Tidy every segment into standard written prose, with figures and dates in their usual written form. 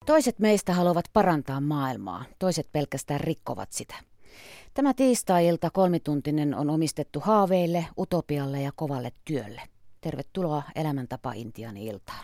Toiset meistä haluavat parantaa maailmaa, toiset pelkästään rikkovat sitä. Tämä tiistai-ilta kolmituntinen on omistettu haaveille, utopialle ja kovalle työlle. Tervetuloa Elämäntapa-Intiaani-iltaan.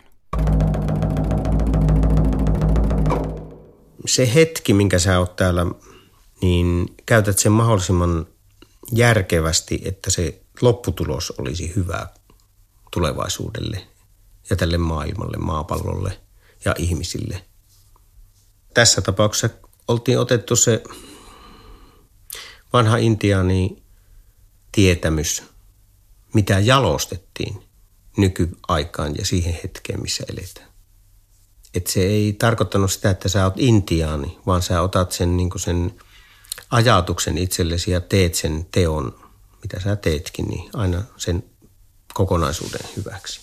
Se hetki, minkä sä oot täällä, niin käytät sen mahdollisimman järkevästi, että se lopputulos olisi hyvä tulevaisuudelle ja tälle maailmalle, maapallolle ja ihmisille. Tässä tapauksessa oltiin otettu se vanha intiaani tietämys, mitä jalostettiin nykyaikaan ja siihen hetkeen, missä eletään. Että se ei tarkoittanut sitä, että sä oot intiaani, vaan sä otat sen, niin kuin sen ajatuksen itsellesi ja teet sen teon, mitä sä teetkin, niin aina sen kokonaisuuden hyväksi.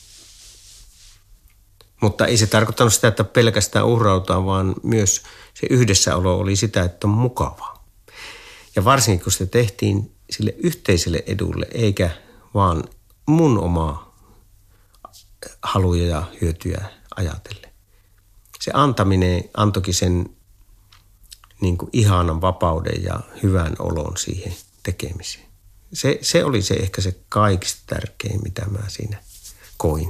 Mutta ei se tarkoittanut sitä, että pelkästään uhrautaan, vaan myös se yhdessäolo oli sitä, että on mukavaa. Ja varsinkin, kun se tehtiin sille yhteiselle edulle, eikä vaan mun omaa haluja ja hyötyjä ajatellen. Se antaminen antoikin sen niin kuin ihanan vapauden ja hyvän olon siihen tekemiseen. Se oli se ehkä se kaikista tärkein, mitä mä siinä koin.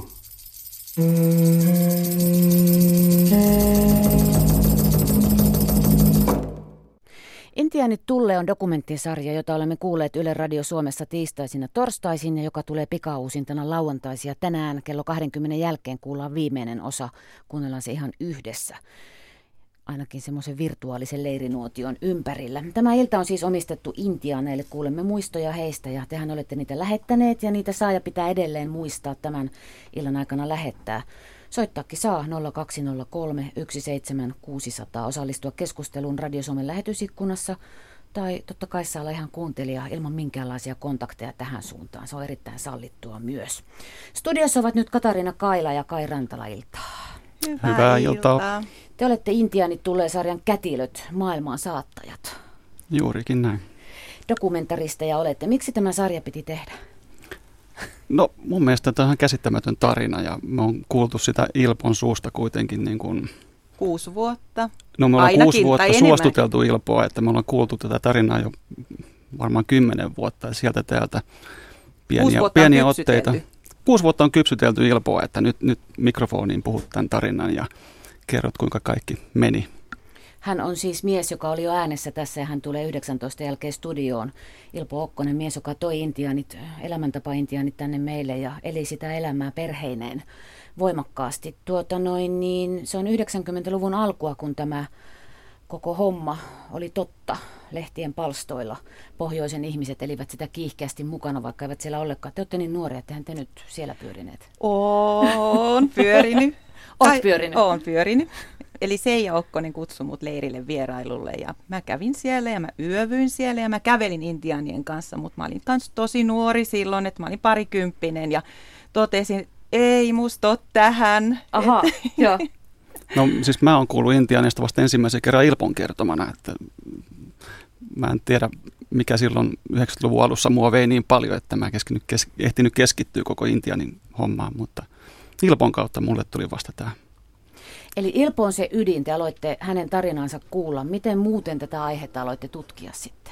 Intiaanit Tulle on dokumenttisarja, jota olemme kuulleet Yle Radio Suomessa tiistaisin ja torstaisin ja joka tulee pikauusintana lauantaisia. Tänään kello 20 jälkeen kuullaan viimeinen osa. Kuunnellaan se ihan yhdessä. Ainakin semmoisen virtuaalisen leirinuotion ympärillä. Tämä ilta on siis omistettu intiaaneille. Kuulemme muistoja heistä ja tehän olette niitä lähettäneet ja niitä saa ja pitää edelleen muistaa tämän illan aikana lähettää. Soittaakin saa 0203 17600, osallistua keskusteluun Radio Suomen lähetysikkunassa tai totta kai saa olla ihan kuuntelija ilman minkäänlaisia kontakteja tähän suuntaan. Se on erittäin sallittua myös. Studiossa ovat nyt Katariina Kaila ja Kai Rantala, iltaa. Hyvää iltaa. Te olette Intiaanit Tulee -sarjan kätilöt, maailmaan saattajat. Juurikin näin. Dokumentaristeja olette. Miksi tämä sarja piti tehdä? No mun mielestä tämä on ihan käsittämätön tarina ja me on kuultu sitä Ilpon suusta kuitenkin niin kuin 6 vuotta. No me ollaan ainakin, 6 vuotta tai suostuteltu Ilpoa, että me ollaan kuultu tätä tarinaa jo varmaan 10 vuotta ja sieltä täältä pieniä otteita. 6 vuotta on kypsytelty Ilpoa, että nyt mikrofoniin puhut tämän tarinan ja kerrot kuinka kaikki meni. Hän on siis mies, joka oli jo äänessä tässä ja hän tulee 19 jälkeen studioon. Ilpo Okkonen, mies, joka toi intiaanit, Elämäntapa-intiaanit tänne meille ja eli sitä elämää perheineen voimakkaasti. Se on 90-luvun alkua, kun tämä koko homma oli totta lehtien palstoilla. Pohjoisen ihmiset elivät sitä kiihkeästi mukana, vaikka eivät siellä ollenkaan. Te olette niin nuoria, ettehän te nyt siellä pyörineet. Oon pyörinyt. Oot pyörinyt? Oon pyörinyt. Eli Seija Okkonen kutsui mut leirille vierailulle ja mä kävin siellä ja mä yövyin siellä ja mä kävelin intiaanien kanssa, mutta mä olin kans tosi nuori silloin, että mä olin parikymppinen ja totesin, ei musta ole tähän. Aha, joo. No siis mä oon kuullut intiaaneista vasta ensimmäisen kerran Ilpon kertomana, että mä en tiedä mikä silloin 90-luvun alussa mua vei niin paljon, että mä ehtinyt keskittyä koko Intianin hommaan, mutta Ilpon kautta mulle tuli vasta tämä. Eli Ilpo on se ydin, te aloitte hänen tarinansa kuulla. Miten muuten tätä aihetta aloitte tutkia sitten?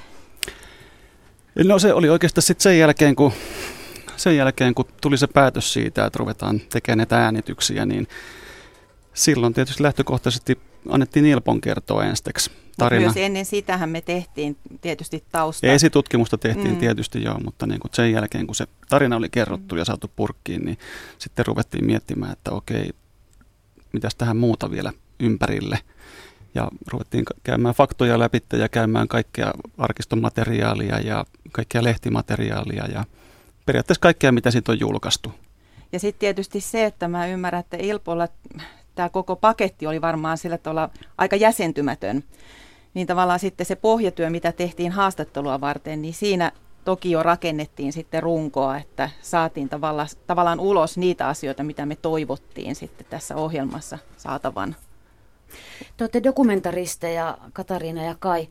No se oli oikeastaan sitten sen jälkeen, kun tuli se päätös siitä, että ruvetaan tekemään näitä äänityksiä, niin silloin tietysti lähtökohtaisesti annettiin Ilpon kertoa ensiksi tarina. Myös ennen sitähän me tehtiin tietysti tausta. Esitutkimusta tehtiin tietysti joo, mutta niin kuin sen jälkeen, kun se tarina oli kerrottu ja saatu purkkiin, niin sitten ruvettiin miettimään, että okei, mitäs tähän muuta vielä ympärille. Ja ruvettiin käymään faktoja läpi ja käymään kaikkea arkistomateriaalia ja kaikkea lehtimateriaalia ja periaatteessa kaikkea, mitä siitä on julkaistu. Ja sitten tietysti se, että mä ymmärrän, että Ilpolla tämä koko paketti oli varmaan sillä tavalla aika jäsentymätön. Niin tavallaan sitten se pohjatyö, mitä tehtiin haastattelua varten, niin siinä toki jo rakennettiin sitten runkoa, että saatiin tavallaan ulos niitä asioita, mitä me toivottiin sitten tässä ohjelmassa saatavan. Te olette dokumentaristeja, Katariina ja Kai.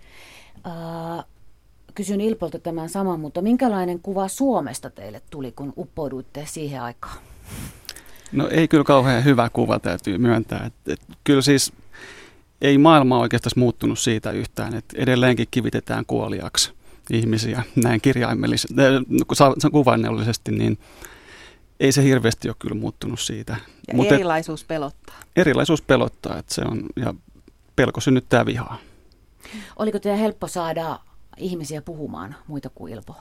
Kysyn Ilpolta tämän saman, mutta minkälainen kuva Suomesta teille tuli, kun uppouduitte siihen aikaan? No ei kyllä kauhean hyvä kuva, täytyy myöntää. Kyllä siis ei maailma oikeastaan muuttunut siitä yhtään, että edelleenkin kivitetään kuoliaksi ihmisiä näin kirjaimellisesti, kuvainnellisesti, niin ei se hirveästi ole kyllä muuttunut siitä. Ja mutta erilaisuus pelottaa. Erilaisuus pelottaa, että se on, ja pelko synnyttää vihaa. Oliko teidän helppo saada ihmisiä puhumaan muita kuin Ilpo?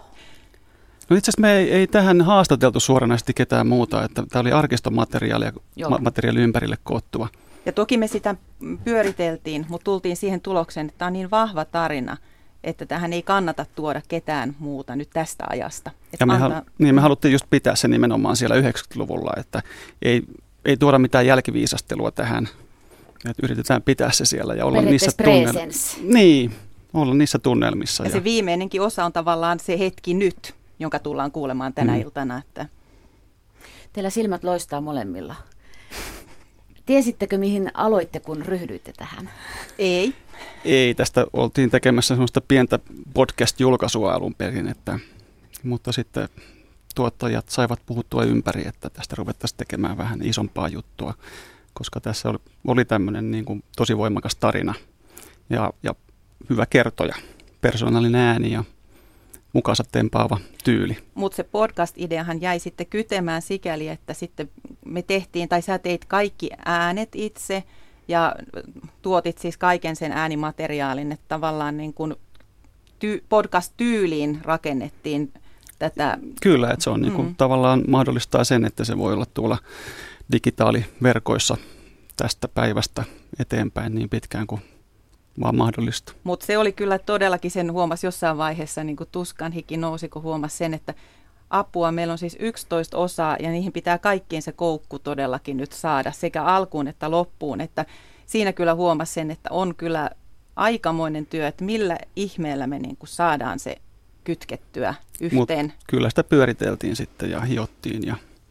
No itse asiassa me ei tähän haastateltu suoranaisesti ketään muuta, että tämä oli arkistomateriaalia materiaali ympärille koottua. Ja toki me sitä pyöriteltiin, mutta tultiin siihen tulokseen, että tämä on niin vahva tarina, että tähän ei kannata tuoda ketään muuta nyt tästä ajasta. Ja me haluttiin just pitää se nimenomaan siellä 90-luvulla, että ei tuoda mitään jälkiviisastelua tähän, että yritetään pitää se siellä ja olla niissä tunnelmissa. Niin, olla niissä tunnelmissa. Ja se viimeinenkin osa on tavallaan se hetki nyt, jonka tullaan kuulemaan tänä iltana. Että teillä silmät loistaa molemmilla. Tiesittekö, mihin aloitte, kun ryhdyitte tähän? Ei. Ei, tästä oltiin tekemässä semmoista pientä podcast-julkaisua alun perin, mutta sitten tuottajat saivat puhuttua ympäri, että tästä ruvettaisiin tekemään vähän isompaa juttua, koska tässä oli tämmöinen niin kuin tosi voimakas tarina ja hyvä kertoja, persoonallinen ääni ja mukaansa tempaava tyyli. Mutta se podcast-ideahan jäi sitten kytemään sikäli, että sitten me tehtiin, tai sä teit kaikki äänet itse ja tuotit siis kaiken sen äänimateriaalin, että tavallaan niin kuin podcast-tyyliin rakennettiin tätä. Kyllä, että se on niin kuin tavallaan mahdollistaa sen, että se voi olla tuolla digitaaliverkoissa tästä päivästä eteenpäin niin pitkään kuin vaan mahdollista. Mutta se oli kyllä todellakin, sen huomasi jossain vaiheessa, niin kuin tuskan hiki nousi, kun huomasi sen, että apua, meillä on siis 11 osaa ja niihin pitää kaikkien se koukku todellakin nyt saada sekä alkuun että loppuun. Että siinä kyllä huomasi sen, että on kyllä aikamoinen työ, että millä ihmeellä me niin kuin saadaan se kytkettyä yhteen. Mut kyllä sitä pyöriteltiin sitten ja hiottiin.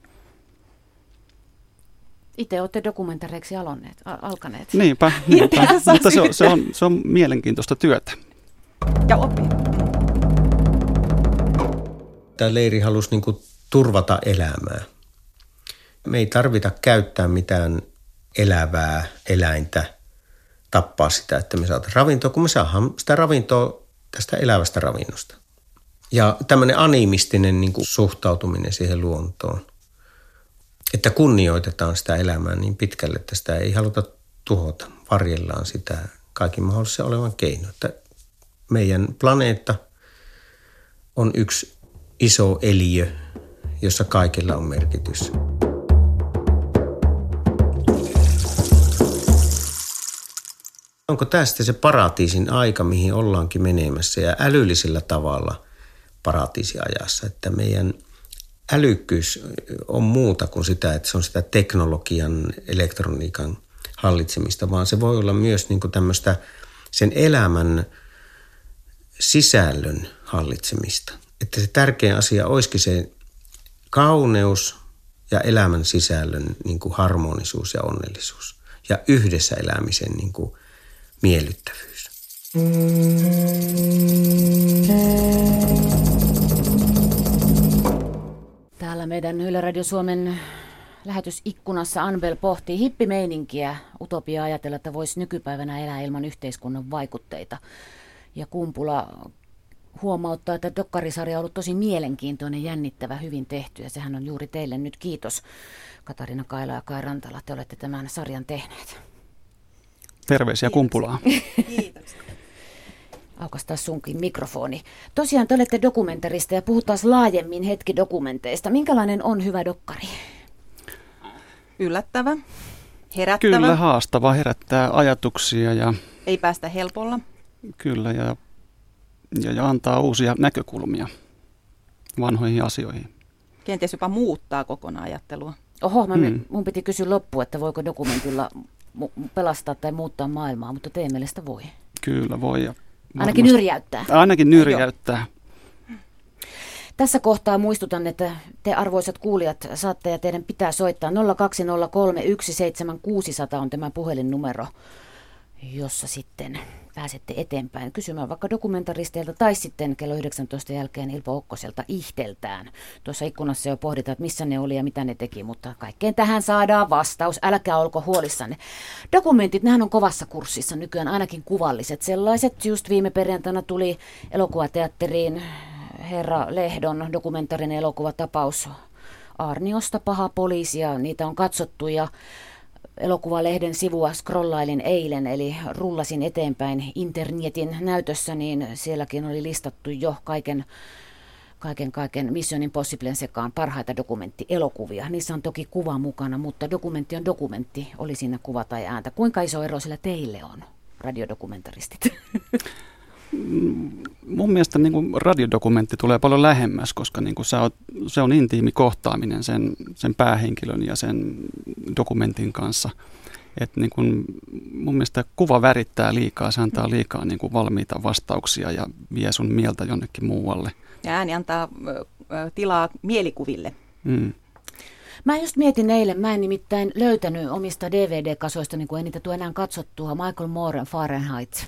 Itse olette dokumentareiksi alkaneet. Niinpä. Mutta se on mielenkiintoista työtä. Ja opi. Tämä leiri halusi niin kuin turvata elämää. Me ei tarvita käyttää mitään elävää eläintä, tappaa sitä, että me saadaan ravintoa, kun me saadaan sitä ravintoa tästä elävästä ravinnosta. Ja tämmöinen animistinen niin kuin suhtautuminen siihen luontoon, että kunnioitetaan sitä elämää niin pitkälle, että sitä ei haluta tuhota, varjellaan sitä kaikin mahdollisen olevan keino. Että meidän planeetta on yksi iso eliö, jossa kaikilla on merkitys. Onko tästä se paratiisin aika, mihin ollaankin menemässä ja älyllisellä tavalla paratiisiajassa, että meidän älykkyys on muuta kuin sitä, että se on sitä teknologian, elektroniikan hallitsemista, vaan se voi olla myös niin kuin tämmöistä sen elämän sisällön hallitsemista. Että se tärkein asia olisikin se kauneus ja elämän sisällön niin kuin harmonisuus ja onnellisuus ja yhdessä elämisen niin kuin miellyttävyys. Täällä meidän Yle Radio Suomen lähetysikkunassa Anbel pohtii hippimeininkiä, utopiaa ajatella, että voisi nykypäivänä elää ilman yhteiskunnan vaikutteita. Ja Kumpula huomauttaa, että dokkarisarja on ollut tosi mielenkiintoinen, jännittävä, hyvin tehty. Ja sehän on juuri teille nyt kiitos, Katariina Kaila ja Kai Rantala. Te olette tämän sarjan tehneet. Terveisiä Kumpulaan. Kiitos. Aukaistaan sunkin mikrofoni. Tosiaan te olette dokumentarista ja puhutaan laajemmin hetki dokumenteista. Minkälainen on hyvä dokkari? Yllättävä, herättävä. Kyllä, haastava, herättää ajatuksia ja ei päästä helpolla. Kyllä, ja antaa uusia näkökulmia vanhoihin asioihin. Kenties jopa muuttaa kokonaan ajattelua. Oho, mun piti kysyä loppuun, että voiko dokumentilla pelastaa tai muuttaa maailmaa, mutta teidän mielestä voi. Kyllä voi. Ja ainakin nyrjäyttää. Ainakin nyrjäyttää. Tässä kohtaa muistutan, että te arvoisat kuulijat saatte ja teidän pitää soittaa 020317600 on tämä puhelinnumero, jossa sitten pääsette eteenpäin kysymään vaikka dokumentaristeilta tai sitten kello 19 jälkeen Ilpo Okkoselta Ihteltään. Tuossa ikkunassa jo pohditaan, että missä ne oli ja mitä ne teki, mutta kaikkeen tähän saadaan vastaus. Älkää olko huolissanne. Dokumentit, nehän on kovassa kurssissa nykyään, ainakin kuvalliset sellaiset. Just viime perjantaina tuli elokuvateatteriin Herra Lehdon dokumentarinen elokuvatapaus Aarniosta, paha poliisi, ja niitä on katsottu ja Elokuvalehden sivua scrollailin eilen, eli rullasin eteenpäin internetin näytössä, niin sielläkin oli listattu jo kaiken Mission Impossiblen sekaan parhaita dokumenttielokuvia. Niissä on toki kuva mukana, mutta dokumentti on dokumentti, oli siinä kuva tai ääntä. Kuinka iso ero sillä teille on, radiodokumentaristit? Mun mielestä niin kuin radiodokumentti tulee paljon lähemmäs, koska niin kuin se on intiimi kohtaaminen sen päähenkilön ja sen dokumentin kanssa. Et niin kuin mun mielestä kuva värittää liikaa, se antaa liikaa niin kuin valmiita vastauksia ja vie sun mieltä jonnekin muualle. Ja ääni antaa tilaa mielikuville. Mä just mietin eilen, mä en nimittäin löytänyt omista DVD-kasoista, niin kuin ei niitä tule enää katsottua, Michael Mooren Fahrenheit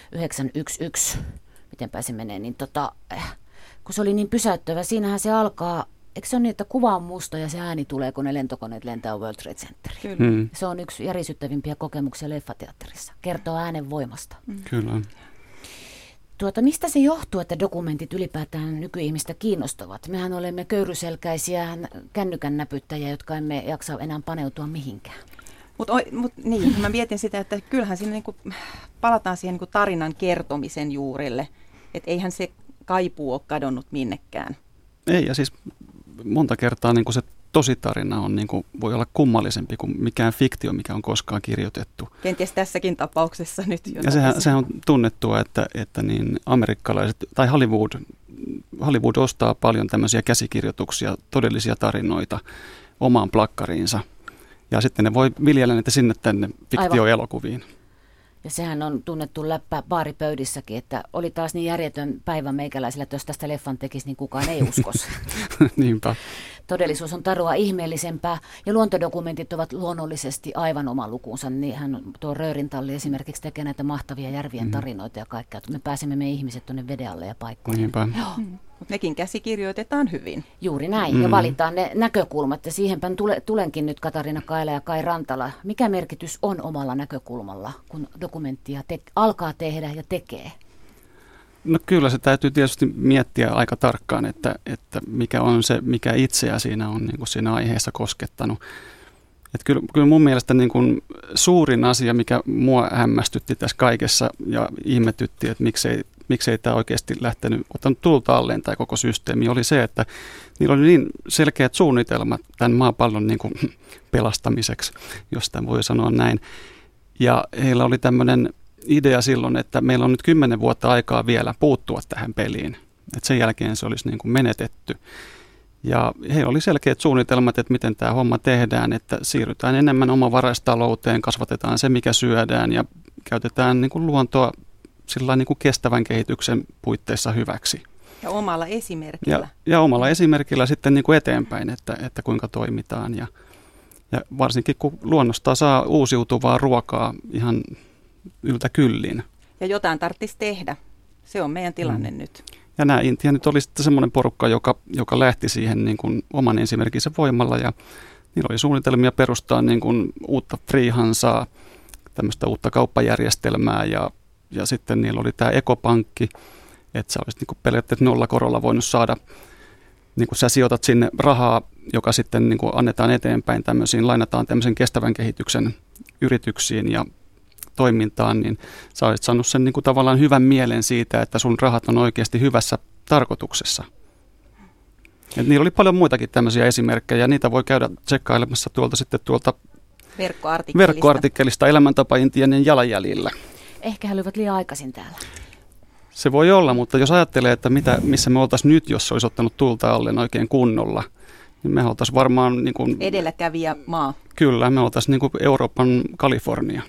911, mitenpä se menee, niin kun se oli niin pysäyttävä, siinähän se alkaa, eikö se ole niin, että kuva on musta ja se ääni tulee, kun ne lentokoneet lentää World Trade Centeriin. Kyllä. Se on yksi järisyttävimpiä kokemuksia leffateatterissa, kertoo äänen voimasta. Kyllä. Mistä se johtuu, että dokumentit ylipäätään nykyihmistä kiinnostavat? Mehän olemme köyryselkäisiä kännykän näpyttäjiä, jotka emme jaksa enää paneutua mihinkään. Niin, mä mietin sitä, että kyllähän siinä niinku, palataan siihen niinku tarinan kertomisen juurille. Että eihän se kaipuu ole kadonnut minnekään. Ei, ja siis monta kertaa niinku se tositarina on, niinku, voi olla kummallisempi kuin mikään fiktio, mikä on koskaan kirjoitettu. Kenties tässäkin tapauksessa nyt. Ja sehän on tunnettua, että niin amerikkalaiset tai Hollywood ostaa paljon tämmöisiä käsikirjoituksia, todellisia tarinoita omaan plakkariinsa. Ja sitten ne voi viljellä niitä sinne tänne fiktioelokuviin. Ja sehän on tunnettu läppä baaripöydissäkin, että oli taas niin järjetön päivä meikäläisellä, että jos tästä leffan tekisi, niin kukaan ei uskoisi. Niinpä. Todellisuus on tarua ihmeellisempää ja luontodokumentit ovat luonnollisesti aivan oma lukunsa. Niinhän tuo Röörintalli esimerkiksi tekee näitä mahtavia järvien tarinoita ja kaikkea. Me pääsemme me ihmiset tuonne veden alle ja paikkoihin. Niinpä. Mutta nekin käsikirjoitetaan hyvin. Juuri näin, ja valitaan ne näkökulmat. Ja siihenpä tulenkin nyt Katariina Kaila ja Kai Rantala. Mikä merkitys on omalla näkökulmalla, kun dokumenttia alkaa tehdä ja tekee? No kyllä se täytyy tietysti miettiä aika tarkkaan, että mikä on se, mikä itseä siinä on niin kuin siinä aiheessa koskettanut. Että kyllä mun mielestä niin kuin suurin asia, mikä mua hämmästytti tässä kaikessa ja ihmetytti, että miksei tämä oikeasti ottanut tulta alleen tämä koko systeemi, oli se, että niillä oli niin selkeät suunnitelmat tämän maapallon niin kuin pelastamiseksi, jos tämän voi sanoa näin. Ja heillä oli tämmöinen idea silloin, että meillä on nyt 10 vuotta aikaa vielä puuttua tähän peliin. Että sen jälkeen se olisi niin kuin menetetty. Ja heillä oli selkeät suunnitelmat, että miten tämä homma tehdään, että siirrytään enemmän omavaraistalouteen, kasvatetaan se, mikä syödään ja käytetään niin kuin luontoa sillä niin kuin kestävän kehityksen puitteissa hyväksi. Ja omalla esimerkillä. Ja omalla esimerkillä sitten niin kuin eteenpäin, että kuinka toimitaan. Ja varsinkin kun luonnosta saa uusiutuvaa ruokaa ihan yltä kyllin. Ja jotain tarvitsisi tehdä. Se on meidän tilanne nyt. Ja nämä intiaanit oli sitten semmoinen porukka, joka lähti siihen niin kuin oman esimerkkinsä voimalla. Ja niillä oli suunnitelmia perustaa niin kuin uutta freehansaa, tämmöistä uutta kauppajärjestelmää. Ja sitten niillä oli tämä ekopankki, että sä olisit niin kuin periaatteessa nollakorolla voinut saada, niin kuin sä sijoitat sinne rahaa, joka sitten niin kuin annetaan eteenpäin lainataan tämmöisen kestävän kehityksen yrityksiin ja toimintaan, niin sä olisit saanut sen niin kuin tavallaan hyvän mielen siitä, että sun rahat on oikeasti hyvässä tarkoituksessa. Et niillä oli paljon muitakin tämmöisiä esimerkkejä, ja niitä voi käydä tsekkailemassa tuolta verkkoartikkelista Elämäntapa-intiaanien jalanjäljillä. Ehkä he olivat liian aikaisin täällä. Se voi olla, mutta jos ajattelee, että missä me oltaisiin nyt, jos se olisi ottanut tulta alleen oikein kunnolla, niin me oltaisiin varmaan niin kuin, edelläkävijä maa. Kyllä, me oltaisiin niin kuin Euroopan Kalifornia.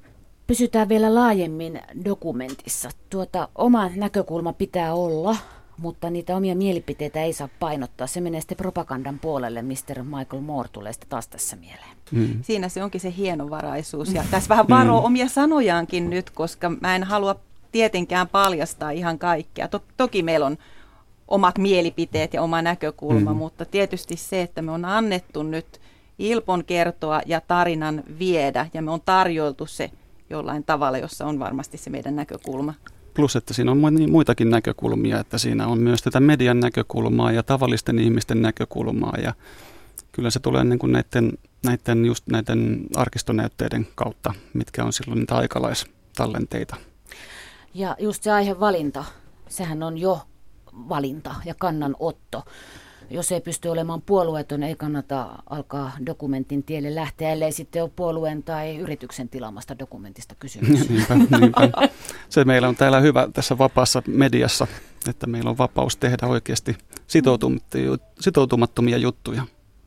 Pysytään vielä laajemmin dokumentissa. Oma näkökulma pitää olla, mutta niitä omia mielipiteitä ei saa painottaa. Se menee sitten propagandan puolelle. Mr. Michael Moore tulee sitten taas tässä mieleen. Siinä se onkin se hienovaraisuus. Ja tässä vähän varoo omia sanojaankin nyt, koska mä en halua tietenkään paljastaa ihan kaikkea. Toki meillä on omat mielipiteet ja oma näkökulma, mutta tietysti se, että me on annettu nyt Ilpon kertoa ja tarinan viedä, ja me on tarjoiltu se jollain tavalla, jossa on varmasti se meidän näkökulma. Plus, että siinä on muitakin näkökulmia, että siinä on myös tätä median näkökulmaa ja tavallisten ihmisten näkökulmaa, ja kyllä se tulee niin kuin näiden arkistonäytteiden kautta, mitkä on silloin niitä aikalaistallenteita. Ja just se aihevalinta, sehän on jo valinta ja kannanotto. Jos ei pysty olemaan puolueeton, ei kannata alkaa dokumentin tielle lähteä, ellei sitten ole puolueen tai yrityksen tilaamasta dokumentista kysymys. Niinpä. Se meillä on täällä hyvä tässä vapaassa mediassa, että meillä on vapaus tehdä oikeasti sitoutumattomia juttuja.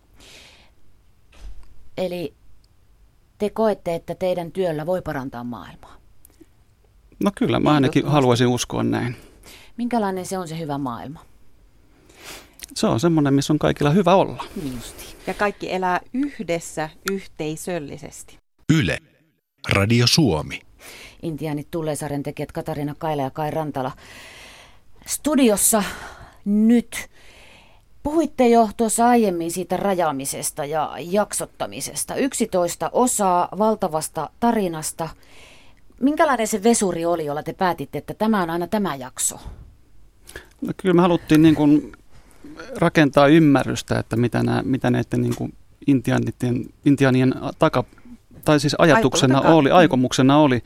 Eli te koette, että teidän työllä voi parantaa maailmaa? No kyllä, mä ainakin haluaisin uskoa näin. Minkälainen se on se hyvä maailma? Se on semmoinen, missä on kaikilla hyvä olla. Ja kaikki elää yhdessä yhteisöllisesti. Yle, Radio Suomi. Intiaanit Tullesarjan tekijät Katariina Kaila ja Kai Rantala. Studiossa nyt. Puhuitte jo tuossa aiemmin siitä rajaamisesta ja jaksottamisesta. 11 osaa valtavasta tarinasta. Minkälainen se vesuri oli, jolla te päätitte, että tämä on aina tämä jakso? No kyllä me haluttiin niin kuin rakentaa ymmärrystä, että mitä näiden niin kuin intiaanien tai siis ajatuksena oli, aikomuksena oli.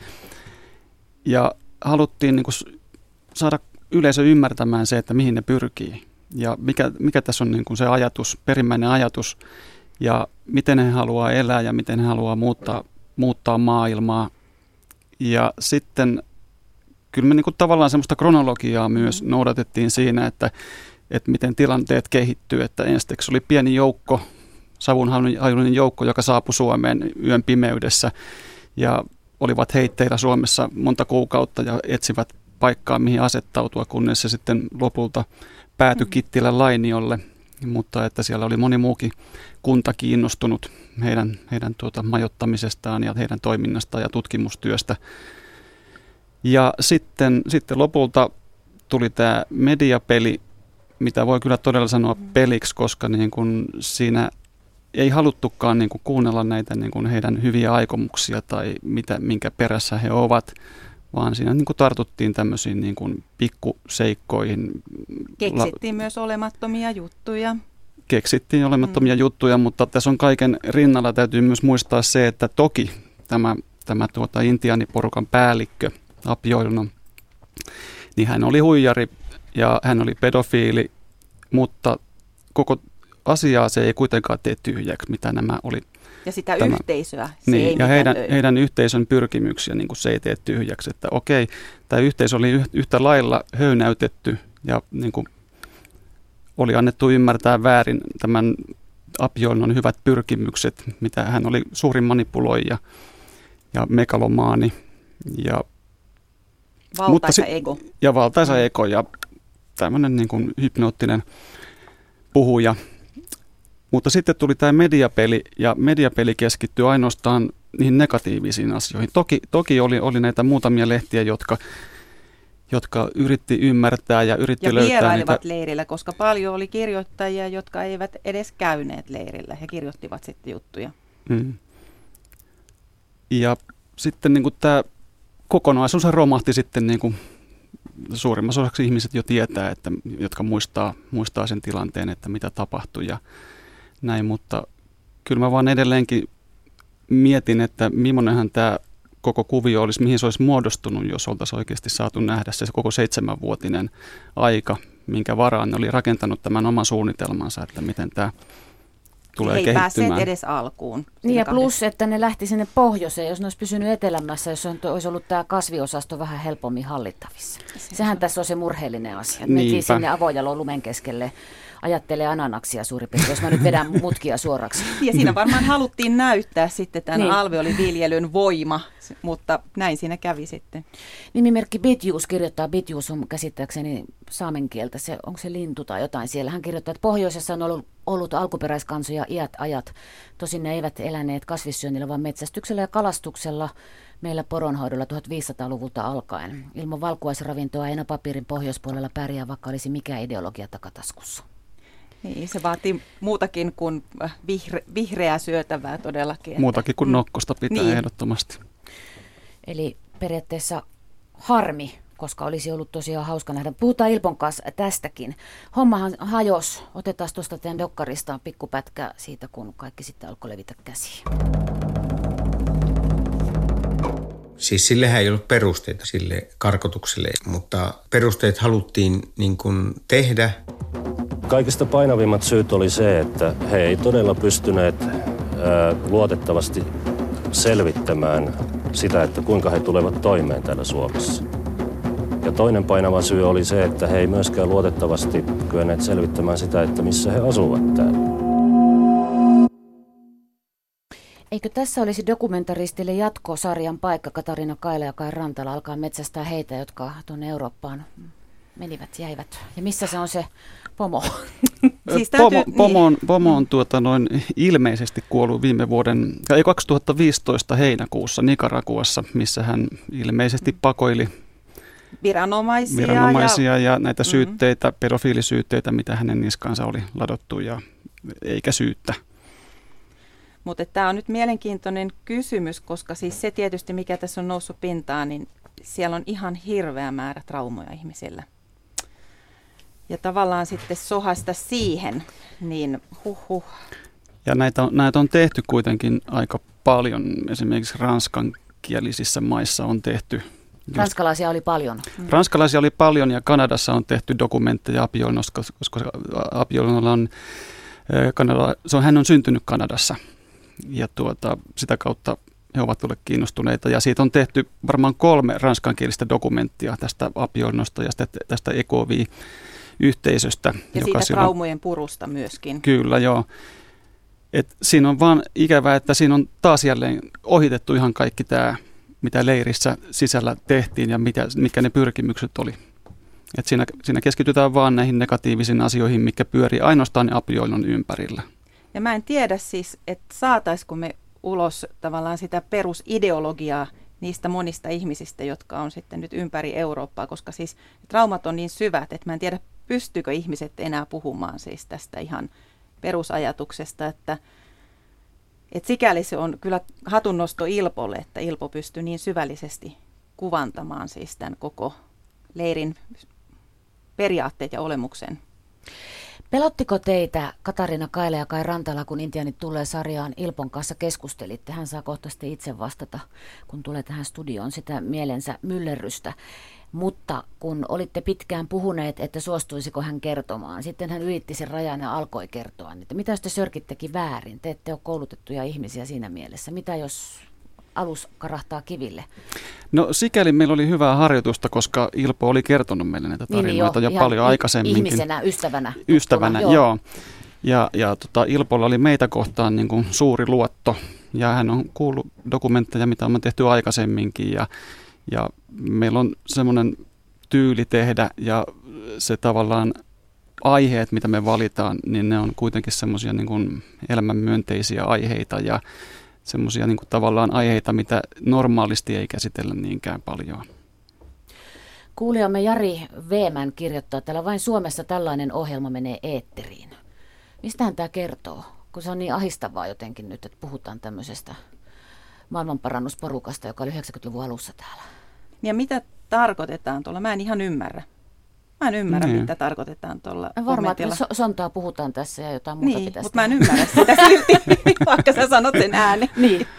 Ja haluttiin niin kuin saada yleisö ymmärtämään se, että mihin ne pyrkii. Ja mikä tässä on niin kuin se ajatus, perimmäinen ajatus, ja miten he haluaa elää ja miten he haluaa muuttaa maailmaa. Ja sitten kyllä me niin kuin tavallaan semmoista kronologiaa myös noudatettiin siinä, että miten tilanteet kehittyy. Että ensiksi oli pieni joukko, savunhajuinen joukko, joka saapui Suomeen yön pimeydessä ja olivat heitteillä Suomessa monta kuukautta ja etsivät paikkaa, mihin asettautua, kunnes se sitten lopulta päätyi Kittilän Lainiolle. Mutta että siellä oli moni muukin kunta kiinnostunut heidän majoittamisestaan ja heidän toiminnastaan ja tutkimustyöstä. Ja sitten lopulta tuli tämä mediapeli, mitä voi kyllä todella sanoa peliksi, koska niin kun siinä ei haluttukaan niin kun kuunnella näitä niin kun heidän hyviä aikomuksia tai minkä perässä he ovat, vaan siinä niin kun tartuttiin tämmöisiin niin kun pikkuseikkoihin. Keksittiin myös olemattomia juttuja. Juttuja, mutta tässä on kaiken rinnalla täytyy myös muistaa se, että toki tämä intiaaniporukan päällikkö Apioilno, niin hän oli huijari ja hän oli pedofiili, mutta koko asiaa se ei kuitenkaan tee tyhjäksi, mitä nämä oli. Ja sitä yhteisöä se niin, ei ja heidän yhteisön pyrkimyksiä niin kuin se ei tee tyhjäksi, että okei, tämä yhteisö oli yhtä lailla höynäytetty ja niin kuin oli annettu ymmärtää väärin tämän Apioilnon hyvät pyrkimykset, mitä hän oli suurin manipuloija ja megalomaani ja valtaisa ego. Ja valtaisa ego ja tämmöinen niin kuin hypnoottinen puhuja. Mutta sitten tuli tämä mediapeli ja mediapeli keskittyi ainoastaan niihin negatiivisiin asioihin. Toki oli näitä muutamia lehtiä, jotka yritti ymmärtää ja yritti löytää vierailivat leirillä, koska paljon oli kirjoittajia, jotka eivät edes käyneet leirillä. He kirjoittivat sitten juttuja. Ja sitten niin kuin tämä kokonaisuus romahti sitten niin kuin suurimmassa osaksi ihmiset jo tietää, että, jotka muistaa sen tilanteen, että mitä tapahtui ja näin, mutta kyllä mä vaan edelleenkin mietin, että millainenhan tämä koko kuvio olisi, mihin se olisi muodostunut, jos oltaisiin oikeasti saatu nähdä se koko 7-vuotinen aika, minkä varaan ne oli rakentanut tämän oman suunnitelmansa, että miten tämä tulee kehittymään. Ei päässeet edes alkuun. Niin ja plus, että ne lähti sinne pohjoiseen, jos ne olisi pysynyt etelämässä, jos olisi ollut tämä kasviosasto vähän helpommin hallittavissa. Sehän tässä on se murheellinen asia. Mentiin sinne avojaloon lumen keskelle ajattelee ananaksia suurin piirtein, jos mä nyt vedän mutkia suoraksi. Ja siinä varmaan haluttiin näyttää sitten tämän alveoliviljelyn voima, mutta näin siinä kävi sitten. Nimimerkki Bitjuus kirjoittaa, Bitjuus on käsittääkseni saamen kieltä, onko se lintu tai jotain siellä. Hän kirjoittaa, että pohjoisessa on ollut alkuperäiskansoja iät ajat. Tosin ne eivät eläneet kasvissyönnillä, vaan metsästyksellä ja kalastuksella. Meillä poronhoidolla 1500-luvulta alkaen. Ilman valkuaisravintoa ei enää papirin pohjoispuolella pärjää, vaikka olisi mikä ideologia takataskussa. Niin, se vaatii muutakin kuin vihreää syötävää todellakin. Muutakin kuin nokkosta pitää ehdottomasti. Eli periaatteessa harmi, koska olisi ollut tosiaan hauska nähdä. Puhutaan Ilpon kanssa tästäkin. Hommahan hajosi. Otetaan tuosta teidän dokkaristaan pikkupätkä siitä, kun kaikki sitten alkoi levitä käsiin. Siis sillehän ei ollut perusteita sille karkotukselle, mutta perusteet haluttiin niin kuin tehdä. Kaikista painavimmat syyt oli se, että he ei todella pystyneet luotettavasti selvittämään sitä, että kuinka he tulevat toimeen täällä Suomessa. Ja toinen painava syy oli se, että he ei myöskään luotettavasti kyenneet selvittämään sitä, että missä he asuvat täällä. Eikö tässä olisi dokumentaristille jatkosarjan paikka? Katarina Kaila ja Kai Rantala alkaa metsästää heitä, jotka tuonne Eurooppaan jäivät. Ja missä se on se pomo? Siis Pomo on ilmeisesti kuollut 2015 heinäkuussa Nicaraguassa, missä hän ilmeisesti pakoili viranomaisia ja näitä syytteitä, pedofiilisyytteitä, mitä hänen niskaansa oli ladottu, ja eikä syyttä. Mutta tämä on nyt mielenkiintoinen kysymys, koska siis se tietysti, mikä tässä on noussut pintaan, niin siellä on ihan hirveä määrä traumoja ihmisillä. Ja tavallaan sitten sohasta siihen, niin Ja näitä on tehty kuitenkin aika paljon. Esimerkiksi ranskankielisissä maissa on tehty. Ranskalaisia oli paljon. Ranskalaisia oli paljon ja Kanadassa on tehty dokumentteja Apiolnosta, koska Apiolnolla on, hän on syntynyt Kanadassa. Ja sitä kautta he ovat olleet kiinnostuneita. Ja siitä on tehty varmaan 3 ranskankielistä dokumenttia tästä Apiolnosta ja tästä ECOV-yhteisöstä. Ja siitä traumojen purusta myöskin. Kyllä, joo. Siinä on vaan ikävää, että siinä on taas jälleen ohitettu ihan kaikki tämä, mitä leirissä sisällä tehtiin ja mitkä ne pyrkimykset oli. Siinä keskitytään vaan näihin negatiivisiin asioihin, mitkä pyörii ainoastaan Apiolnon ympärillä. Ja mä en tiedä siis, että saataisiko me ulos tavallaan sitä perusideologiaa niistä monista ihmisistä, jotka on sitten nyt ympäri Eurooppaa, koska siis traumat on niin syvät, että mä en tiedä, pystyykö ihmiset enää puhumaan siis tästä ihan perusajatuksesta, että sikäli se on kyllä hatunnosto Ilpolle, että Ilpo pystyy niin syvällisesti kuvantamaan siis tämän koko leirin periaatteet ja olemuksen. Pelottiko teitä Katarina Kaila ja Kai Rantala, kun Intiaanit tulee sarjaan, Ilpon kanssa keskustelitte? Hän saa kohta sitten itse vastata, kun tulee tähän studioon sitä mielensä myllerrystä. Mutta kun olitte pitkään puhuneet, että suostuisiko hän kertomaan, sitten hän ylitti sen rajan ja alkoi kertoa. Että mitä jos te sörkittekin väärin? Te ette ole koulutettuja ihmisiä siinä mielessä. Mitä jos alus karahtaa kiville? No sikäli meillä oli hyvää harjoitusta, koska Ilpo oli kertonut meille näitä tarinoita jo paljon aikaisemminkin. Ihmisenä, ystävänä, joo. Ja Ilpolla oli meitä kohtaan niin kuin suuri luotto ja hän on kuullut dokumentteja, mitä on tehty aikaisemminkin ja meillä on semmoinen tyyli tehdä ja se tavallaan aiheet, mitä me valitaan, niin ne on kuitenkin semmoisia niin kuin elämänmyönteisiä aiheita ja semmoisia niin kuin tavallaan aiheita, mitä normaalisti ei käsitellä niinkään paljon. Kuulijamme Jari Veemän kirjoittaa, että vain Suomessa tällainen ohjelma menee eetteriin. Mistähän tämä kertoo? Kun se on niin ahdistavaa jotenkin nyt, että puhutaan tämmöisestä maailmanparannusporukasta, joka oli 90-luvun alussa täällä. Ja mitä tarkoitetaan tuolla? Mä en ihan ymmärrä. Mitä tarkoitetaan tuolla varmaan, että sontaa puhutaan tässä ja jotain muuta pitäisi. Mutta mä en ymmärrä sitä silti, vaikka sä sanot sen äänen. Niin,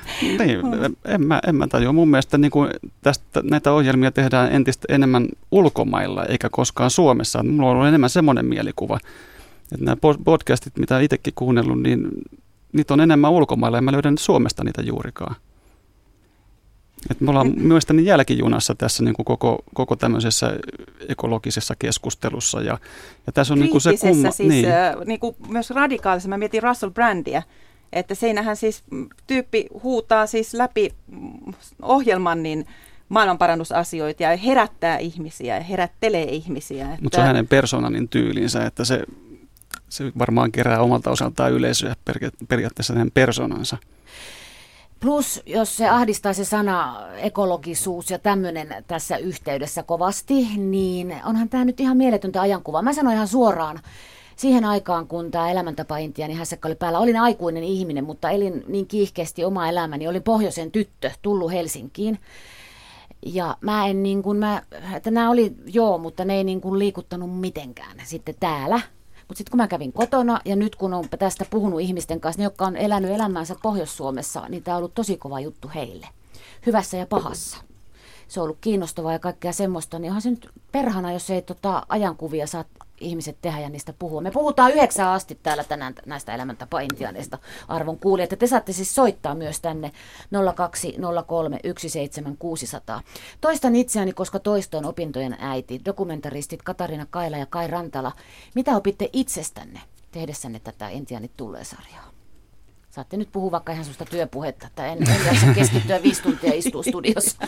en mä tajua. Mun mielestä niin kuin näitä ohjelmia tehdään entistä enemmän ulkomailla, eikä koskaan Suomessa. Mulla on ollut enemmän semmoinen mielikuva, että nämä podcastit, mitä itsekin kuunnellut, niin niitä on enemmän ulkomailla, ja mä löydän Suomesta niitä juurikaan. Et me ollaan mielestäni jälkijunassa tässä niin kuin koko tämmöisessä ekologisessa keskustelussa. Ja tässä on niin kuin se kumma. Siis, niin kuin myös radikaalissa. Mä mietin Russell Brandia, että siinähän siis tyyppi huutaa siis läpi ohjelman niin maailmanparannusasioita ja herättää ihmisiä ja herättelee ihmisiä. Mutta se on hänen persoonanin tyylinsä, että se varmaan kerää omalta osaltaan yleisöä periaatteessa hänen persoonansa. Plus, jos se ahdistaa se sana ekologisuus ja tämmöinen tässä yhteydessä kovasti, niin onhan tämä nyt ihan mieletöntä ajankuvaa. Mä sanoin ihan suoraan, siihen aikaan, kun tämä elämäntapa-intiaani hässäkkä oli päällä, olin aikuinen ihminen, mutta elin niin kiihkeästi omaa elämäni. Olin pohjoisen tyttö, tullut Helsinkiin. Ja mä en niin kuin, että nämä oli mutta ne ei niin kuin liikuttanut mitenkään sitten täällä. Mutta sitten kun mä kävin kotona ja nyt kun on tästä puhunut ihmisten kanssa, ne jotka on elänyt elämäänsä Pohjois-Suomessa, niin tämä on ollut tosi kova juttu heille. Hyvässä ja pahassa. Se on ollut kiinnostavaa ja kaikkea semmoista, niin onhan se nyt perhana, jos ei ajankuvia saa ihmiset tehdä ja niistä puhua. Me puhutaan 9 asti täällä tänään näistä elämäntapa-intiaaneista, arvon kuulijat. Ja te saatte siis soittaa myös tänne 0203 17600. Toistan itseäni, koska toisto on opintojen äiti. Dokumentaristit Katarina Kaila ja Kai Rantala. Mitä opitte itsestänne tehdessänne tätä Intiaanit tulee -sarjaa? Saatte nyt puhua vaikka ihan sellaista työpuhetta, että en jaksa keskittyä 5 tuntia istua studiossa.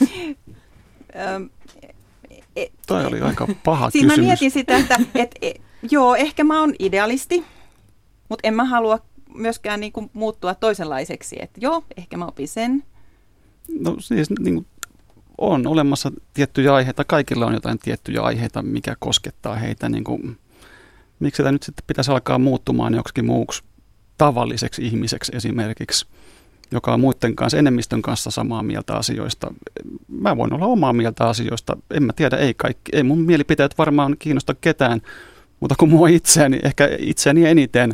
Toi oli aika paha Siinä kysymys. mä mietin sitä, että joo, ehkä mä oon idealisti, mutta en mä halua myöskään niin kuin muuttua toisenlaiseksi. Että joo, ehkä mä opin sen. No siis niin kuin on olemassa tiettyjä aiheita. Kaikilla on jotain tiettyjä aiheita, mikä koskettaa heitä. Niin kuin, miksi sitä nyt sitten pitäisi alkaa muuttumaan joksikin muuksi tavalliseksi ihmiseksi esimerkiksi, joka on muiden kanssa, enemmistön kanssa samaa mieltä asioista. Mä voin olla omaa mieltä asioista, en mä tiedä, ei mun mielipiteet varmaan kiinnosta ketään, mutta kuin mua itseäni, ehkä itseäni eniten.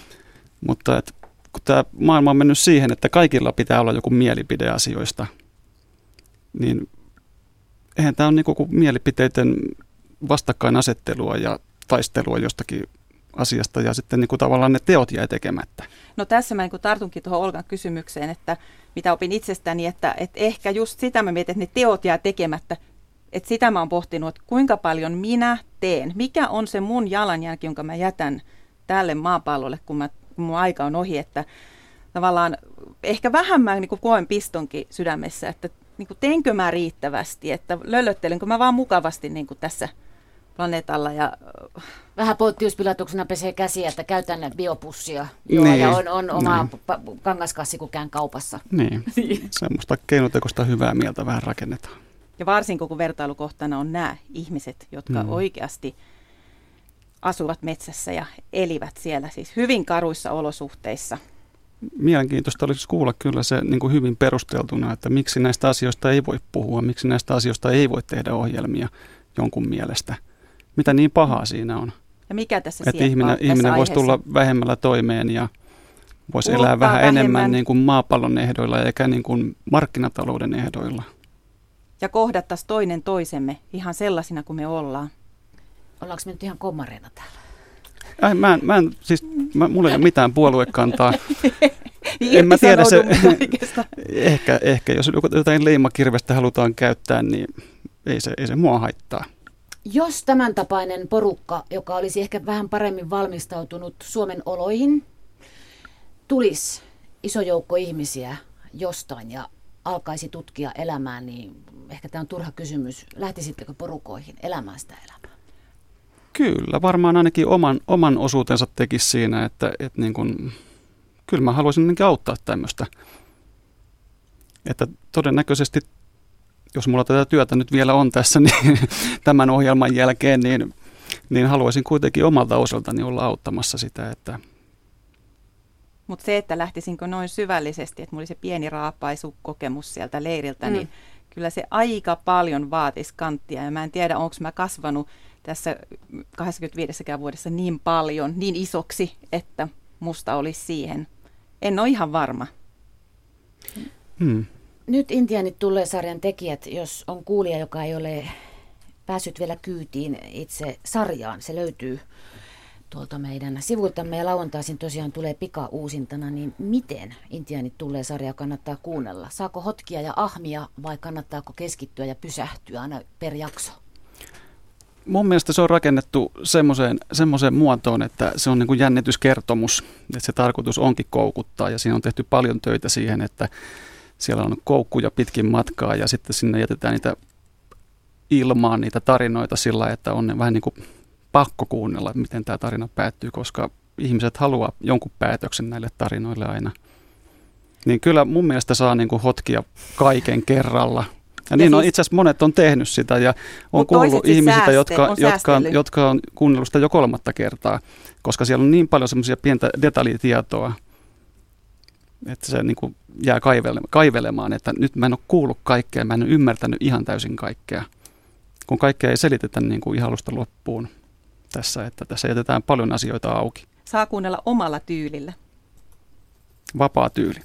Mutta kun tämä maailma on mennyt siihen, että kaikilla pitää olla joku mielipide asioista, niin eihän tämä ole niin kuin mielipiteiden vastakkainasettelua ja taistelua jostakin asiasta ja sitten niin kuin tavallaan ne teot jäi tekemättä. No tässä mä niin kuin tartunkin tuohon Olgan kysymykseen, että mitä opin itsestäni, että ehkä just sitä mä mietin, että ne teot jää tekemättä. Että sitä mä oon pohtinut, että kuinka paljon minä teen. Mikä on se mun jalanjälki, jonka mä jätän tälle maapallolle, kun mun aika on ohi. Että tavallaan ehkä vähän mä niin kuin koen pistonkin sydämessä, että niin kuin teenkö mä riittävästi, että löllöttelenkö mä vaan mukavasti niin kuin tässä planeetalla. Ja vähän poikkeuspilatuksena pesee käsiä, että käytän biopussia. Joo, niin, ja on oma kangaskassi, kun käyn kaupassa. Niin, semmoista keinotekoista hyvää mieltä vähän rakennetaan. Ja varsinkin kun vertailukohtana on nämä ihmiset, jotka oikeasti asuvat metsässä ja elivät siellä siis hyvin karuissa olosuhteissa. Mielenkiintoista olisi kuulla kyllä se niin kuin hyvin perusteltuna, että miksi näistä asioista ei voi puhua, miksi näistä asioista ei voi tehdä ohjelmia jonkun mielestä. Mitä niin pahaa siinä on? Ja mikä tässä että ihminen voisi tulla vähemmällä toimeen ja voisi elää vähän enemmän niin kuin maapallon ehdoilla eikä niin kuin markkinatalouden ehdoilla. Ja kohdattaisiin toinen toisemme ihan sellaisina kuin me ollaan. Ollaanko me nyt ihan kommareina täällä? Mulla ei ole mitään puoluekantaa. En mä tiedä se. ehkä jos jotain leimakirvestä halutaan käyttää, niin ei se mua haittaa. Jos tämän tapainen porukka, joka olisi ehkä vähän paremmin valmistautunut Suomen oloihin, tulisi iso joukko ihmisiä jostain ja alkaisi tutkia elämää, niin ehkä tämä on turha kysymys. Lähtisittekö porukoihin elämään sitä elämää? Kyllä, varmaan ainakin oman osuutensa tekisi siinä, että niin kun, kyllä mä haluaisin auttaa tämmöistä. Että todennäköisesti, jos mulla tätä työtä nyt vielä on tässä niin tämän ohjelman jälkeen, niin haluaisin kuitenkin omalta osaltani olla auttamassa sitä. Mutta se, että lähtisinkö noin syvällisesti, että mulla oli se pieni raapaisukokemus sieltä leiriltä, niin kyllä se aika paljon vaatisi kanttia. Ja mä en tiedä, onko mä kasvanut tässä 25 vuodessa niin paljon, niin isoksi, että musta olisi siihen. En ole ihan varma. Nyt Intiaanit tulee -sarjan tekijät, jos on kuulija, joka ei ole päässyt vielä kyytiin itse sarjaan, se löytyy tuolta meidän sivuiltamme ja lauantaisin tosiaan tulee pika-uusintana, niin miten Intiaanit tulee -sarjaa kannattaa kuunnella? Saako hotkia ja ahmia vai kannattaako keskittyä ja pysähtyä aina per jakso? mun mielestä se on rakennettu semmoiseen muotoon, että se on niin kuin jännityskertomus, että se tarkoitus onkin koukuttaa ja siinä on tehty paljon töitä siihen, että siellä on koukkuja pitkin matkaa ja sitten sinne jätetään niitä ilmaan niitä tarinoita sillä, että on vähän niin kuin pakko kuunnella, miten tämä tarina päättyy, koska ihmiset haluaa jonkun päätöksen näille tarinoille aina. Niin kyllä mun mielestä saa niin kuin hotkia kaiken kerralla. Ja niin on, itse asiassa monet on tehnyt sitä ja on kuullut ihmisistä, jotka on kuunnellut sitä jo 3. kertaa, koska siellä on niin paljon semmoisia pientä detaljitietoa, että se niin kuin jää kaivelemaan, että nyt mä en ole kuullut kaikkea, mä en ole ymmärtänyt ihan täysin kaikkea, kun kaikkea ei selitetä niin kuin ihan alusta loppuun tässä, että tässä jätetään paljon asioita auki. Saa kuunnella omalla tyylillä. Vapaa tyyli.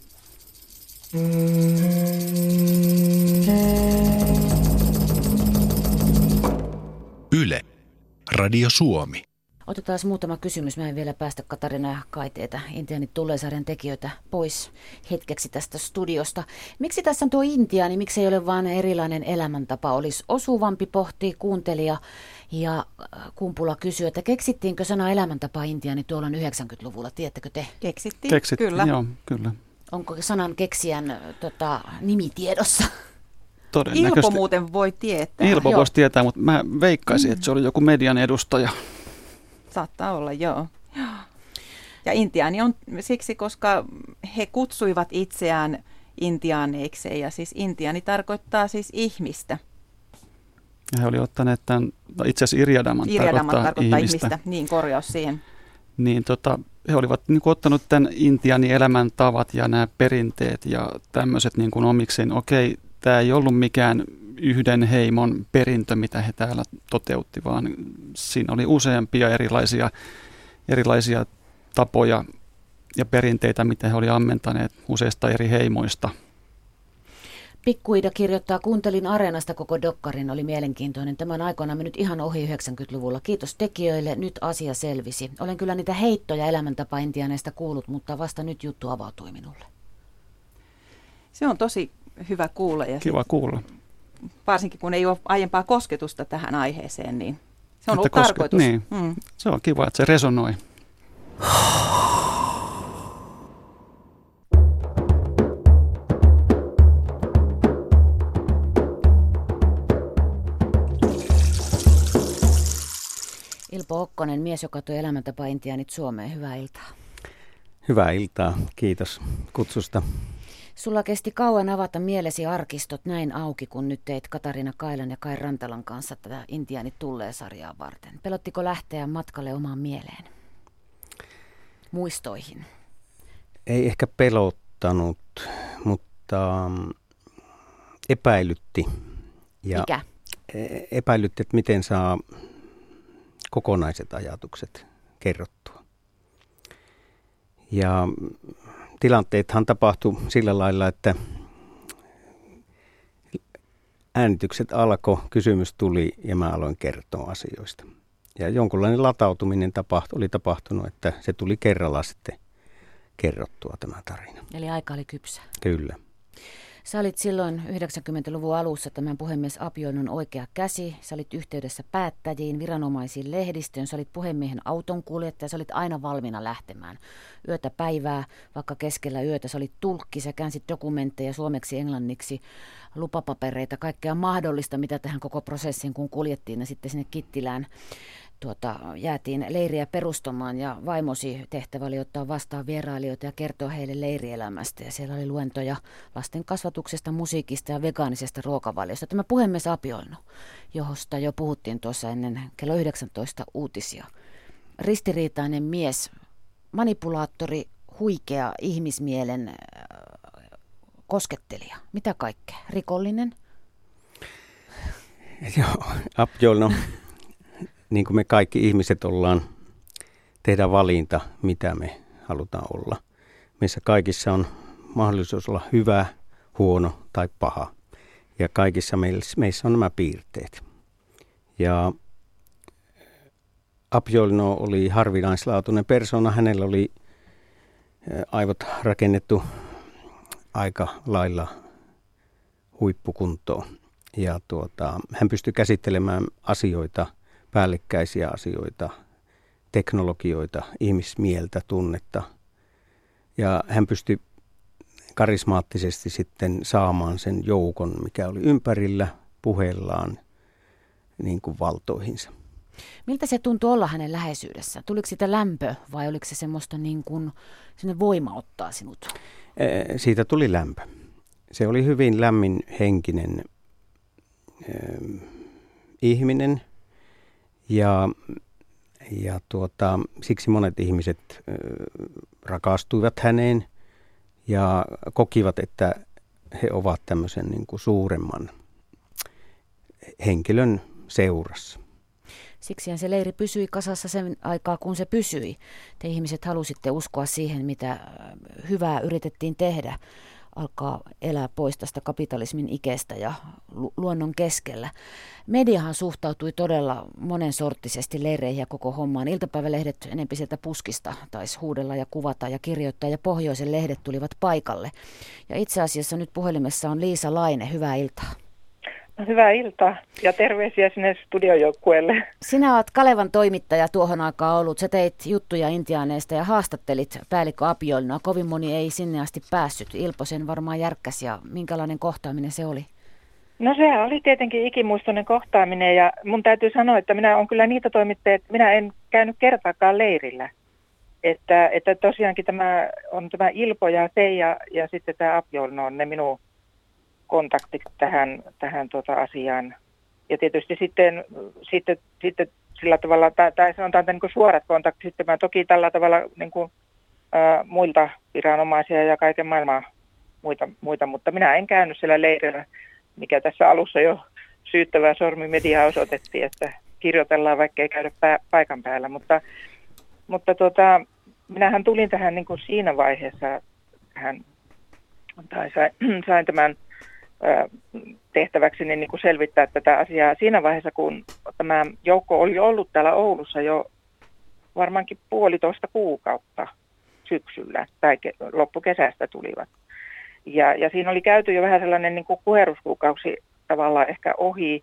Yle, Radio Suomi. Otetaan muutama kysymys. Mä en vielä päästä Katarina ja Kaiteita, Intiaanit Tulee-sarjan tekijöitä, pois hetkeksi tästä studiosta. Miksi tässä on tuo intiaani? Miksi ei ole vaan erilainen elämäntapa? Olisi osuvampi, pohtii kuuntelija. Ja Kumpula kysyy, että keksittiinkö sana elämäntapa intiaani tuolla 90-luvulla? Tiedättekö te? Keksittiin, kyllä. Joo, kyllä. Onko sanan keksijän nimi tiedossa? Ilpo muuten voi tietää. Ilpo voisi tietää, mutta mä veikkaisin, että se oli joku median edustaja. Saattaa olla, joo. Ja intiaani on siksi, koska he kutsuivat itseään intiaaneiksi, ja siis intiaani tarkoittaa siis ihmistä. Ja he oli ottaneet tämän, itse asiassa Irjadaman tarkoittaa ihmistä. Niin, korjaus siihen. Niin he olivat niin kuin ottanut tämän intiaanin elämäntavat ja nämä perinteet ja tämmöiset niin kuin omikseen. Okei, tämä ei ollut mikään yhden heimon perintö, mitä he täällä toteutti, vaan siinä oli useampia erilaisia tapoja ja perinteitä, mitä he oli ammentaneet useista eri heimoista. Pikkuida kirjoittaa, kuuntelin Areenasta koko dokkarin, oli mielenkiintoinen. Tämä on aikoinaan mennyt ihan ohi 90-luvulla. Kiitos tekijöille, nyt asia selvisi. Olen kyllä niitä heittoja elämäntapa-intiaaneista kuullut, mutta vasta nyt juttu avautui minulle. Se on tosi hyvä kuulla. Ja kiva kuulla. Varsinkin kun ei ole aiempaa kosketusta tähän aiheeseen, niin se on ollut tarkoitus. Niin. Se on kiva, että se resonoi. Ilpo Okkonen, mies, joka toi elämäntapa-intiaanit Suomeen. Hyvää iltaa. Hyvää iltaa. Kiitos kutsusta. Sulla kesti kauan avata mielesi arkistot näin auki, kun nyt teit Katarina Kailan ja Kai Rantalan kanssa tätä Intiaanit Tulee-sarjaa varten. Pelottiko lähteä matkalle omaan mieleen? Muistoihin? Ei ehkä pelottanut, mutta epäilytti. Ja mikä? Epäilytti, että miten saa kokonaiset ajatukset kerrottua. Ja tilanteethan tapahtui sillä lailla, että äänitykset alkoi, kysymys tuli ja mä aloin kertoa asioista. Ja jonkunlainen latautuminen oli tapahtunut, että se tuli kerralla sitten kerrottua tämä tarina. Eli aika oli kypsä. Kyllä. Sä olit silloin 90-luvun alussa tämän puhemies Apioinnon oikea käsi. Sä olit yhteydessä päättäjiin, viranomaisiin, lehdistöön. Sä olit puhemiehen autonkuljettaja. Sä olit aina valmiina lähtemään yötä päivää, vaikka keskellä yötä. Sä olit tulkki. Sä käänsit dokumentteja suomeksi, englanniksi, lupapapereita, kaikkea mahdollista, mitä tähän koko prosessiin, kun kuljettiin ja sitten sinne Kittilään jäätiin leiriä perustamaan ja vaimosi tehtävä oli ottaa vastaan vierailijoita ja kertoa heille leirielämästä. Ja siellä oli luentoja lasten kasvatuksesta, musiikista ja vegaanisesta ruokavaliosta. Tämä puhemies Apioinno, josta jo puhuttiin tuossa ennen kello 19 uutisia. Ristiriitainen mies, manipulaattori, huikea ihmismielen koskettelija. Mitä kaikkea? Rikollinen? Joo, Apioinno. Niin kuin me kaikki ihmiset tehdään valinta, mitä me halutaan olla. Meissä kaikissa on mahdollisuus olla hyvä, huono tai paha. Ja kaikissa meissä on nämä piirteet. Ja Apioinno oli harvinaislaatuinen persona. Hänellä oli aivot rakennettu aika lailla huippukuntoon. Ja hän pystyi käsittelemään asioita päällekkäisiä asioita, teknologioita, ihmismieltä, tunnetta. Ja hän pystyi karismaattisesti sitten saamaan sen joukon, mikä oli ympärillä puheellaan niin kuin valtoihinsa. Miltä se tuntui olla hänen läheisyydessä? Tuliko sitä lämpö vai oliko se semmoista niin kuin sinne voima ottaa sinut? Siitä tuli lämpö. Se oli hyvin lämmin henkinen ihminen ja siksi monet ihmiset rakastuivat häneen ja kokivat, että he ovat tämmöisen niin kuin suuremman henkilön seurassa. Siksihän se leiri pysyi kasassa sen aikaa, kun se pysyi. Te ihmiset halusitte uskoa siihen, mitä hyvää yritettiin tehdä. Alkaa elää pois tästä kapitalismin ikestä ja luonnon keskellä. Mediahan suhtautui todella monensorttisesti leireihin ja koko hommaan. Iltapäivälehdet enempi sieltä puskista taisi huudella ja kuvata ja kirjoittaa ja pohjoisen lehdet tulivat paikalle. Ja itse asiassa nyt puhelimessa on Liisa Laine. Hyvää iltaa. No, hyvää iltaa ja terveisiä sinne studiojoukkueelle. Sinä olet Kalevan toimittaja tuohon aikaan ollut. Sä teit juttuja intiaaneista ja haastattelit päällikkö Abiolinoa. Kovin moni ei sinne asti päässyt. Ilpo sen varmaan järkkäsi ja minkälainen kohtaaminen se oli? No sehän oli tietenkin ikimuistoinen kohtaaminen ja mun täytyy sanoa, että minä olen kyllä niitä toimittajia, että minä en käynyt kertaakaan leirillä. Että tosiaankin tämä on tämä Ilpo ja Teija ja sitten tämä Abiolino on ne minun kontaktit tähän asiaan. Ja tietysti sitten sillä tavalla, tai sanotaan, että niin suorat kontaktit, sitten mä toki tällä tavalla niin kuin, muilta viranomaisia ja kaiken maailman muita, mutta minä en käynyt siellä leirillä, mikä tässä alussa jo syyttävää sormimediaa osoitettiin, että kirjoitellaan, vaikka ei käydä paikan päällä. Mutta minähän tulin tähän niin kuin siinä vaiheessa, sain tämän tehtäväksi niin kuin selvittää tätä asiaa siinä vaiheessa, kun tämä joukko oli ollut täällä Oulussa jo varmaankin 1,5 kuukautta syksyllä tai loppukesästä tulivat. Ja siinä oli käyty jo vähän sellainen niin kuin kuheruskuukausi tavallaan ehkä ohi.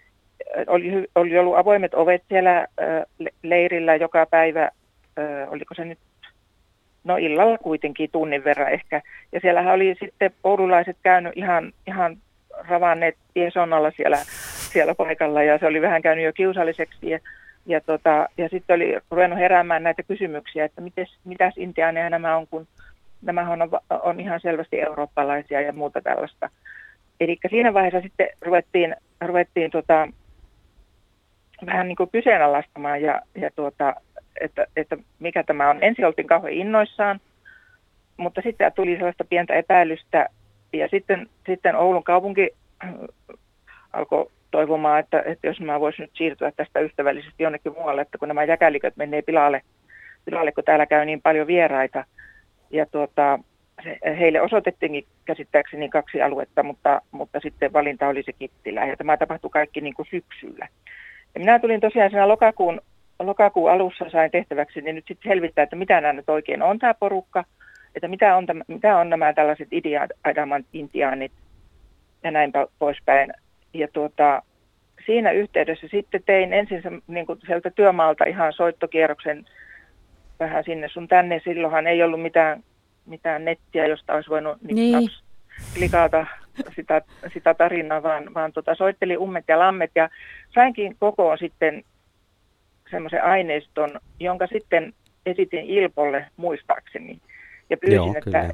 Oli ollut avoimet ovet siellä leirillä joka päivä, oliko se nyt, no illalla kuitenkin tunnin verran ehkä. Ja siellähän oli sitten oululaiset käynyt ihan ravanneet tiesonnalla siellä paikalla ja se oli vähän käynyt jo kiusalliseksi. Ja sitten oli ruvennut heräämään näitä kysymyksiä, että mitäs intiaaneja nämä on, kun nämähän on ihan selvästi eurooppalaisia ja muuta tällaista. Eli siinä vaiheessa sitten ruvettiin vähän niin kuin kyseenalaistamaan että mikä tämä on. Ensin oltiin kauhean innoissaan, mutta sitten tuli sellaista pientä epäilystä ja sitten Oulun kaupunki alkoi toivomaan, että jos mä voisin nyt siirtyä tästä ystävällisesti jonnekin muualle, että kun nämä jäkäliköt menee pilalle, kun täällä käy niin paljon vieraita. Ja heille osoitettiinkin käsittääkseni 2 aluetta, mutta sitten valinta oli se Kittilä. Ja tämä tapahtui kaikki niin kuin syksyllä. Ja minä tulin tosiaan siinä lokakuun alussa sain tehtäväksi, niin nyt sitten selvittää, että mitä nämä nyt oikein on tämä porukka, että mitä on nämä tällaiset Adaman intiaanit ja näin poispäin. Ja siinä yhteydessä sitten tein ensin niin kuin sieltä työmaalta ihan soittokierroksen vähän sinne sun tänne. Silloinhan ei ollut mitään nettiä, josta olisi voinut niin. Klikata sitä tarinaa, vaan soitteli ummet ja lammet ja sainkin kokoon sitten semmoisen aineiston, jonka sitten esitin Ilpolle muistaakseni. Ja pyysin,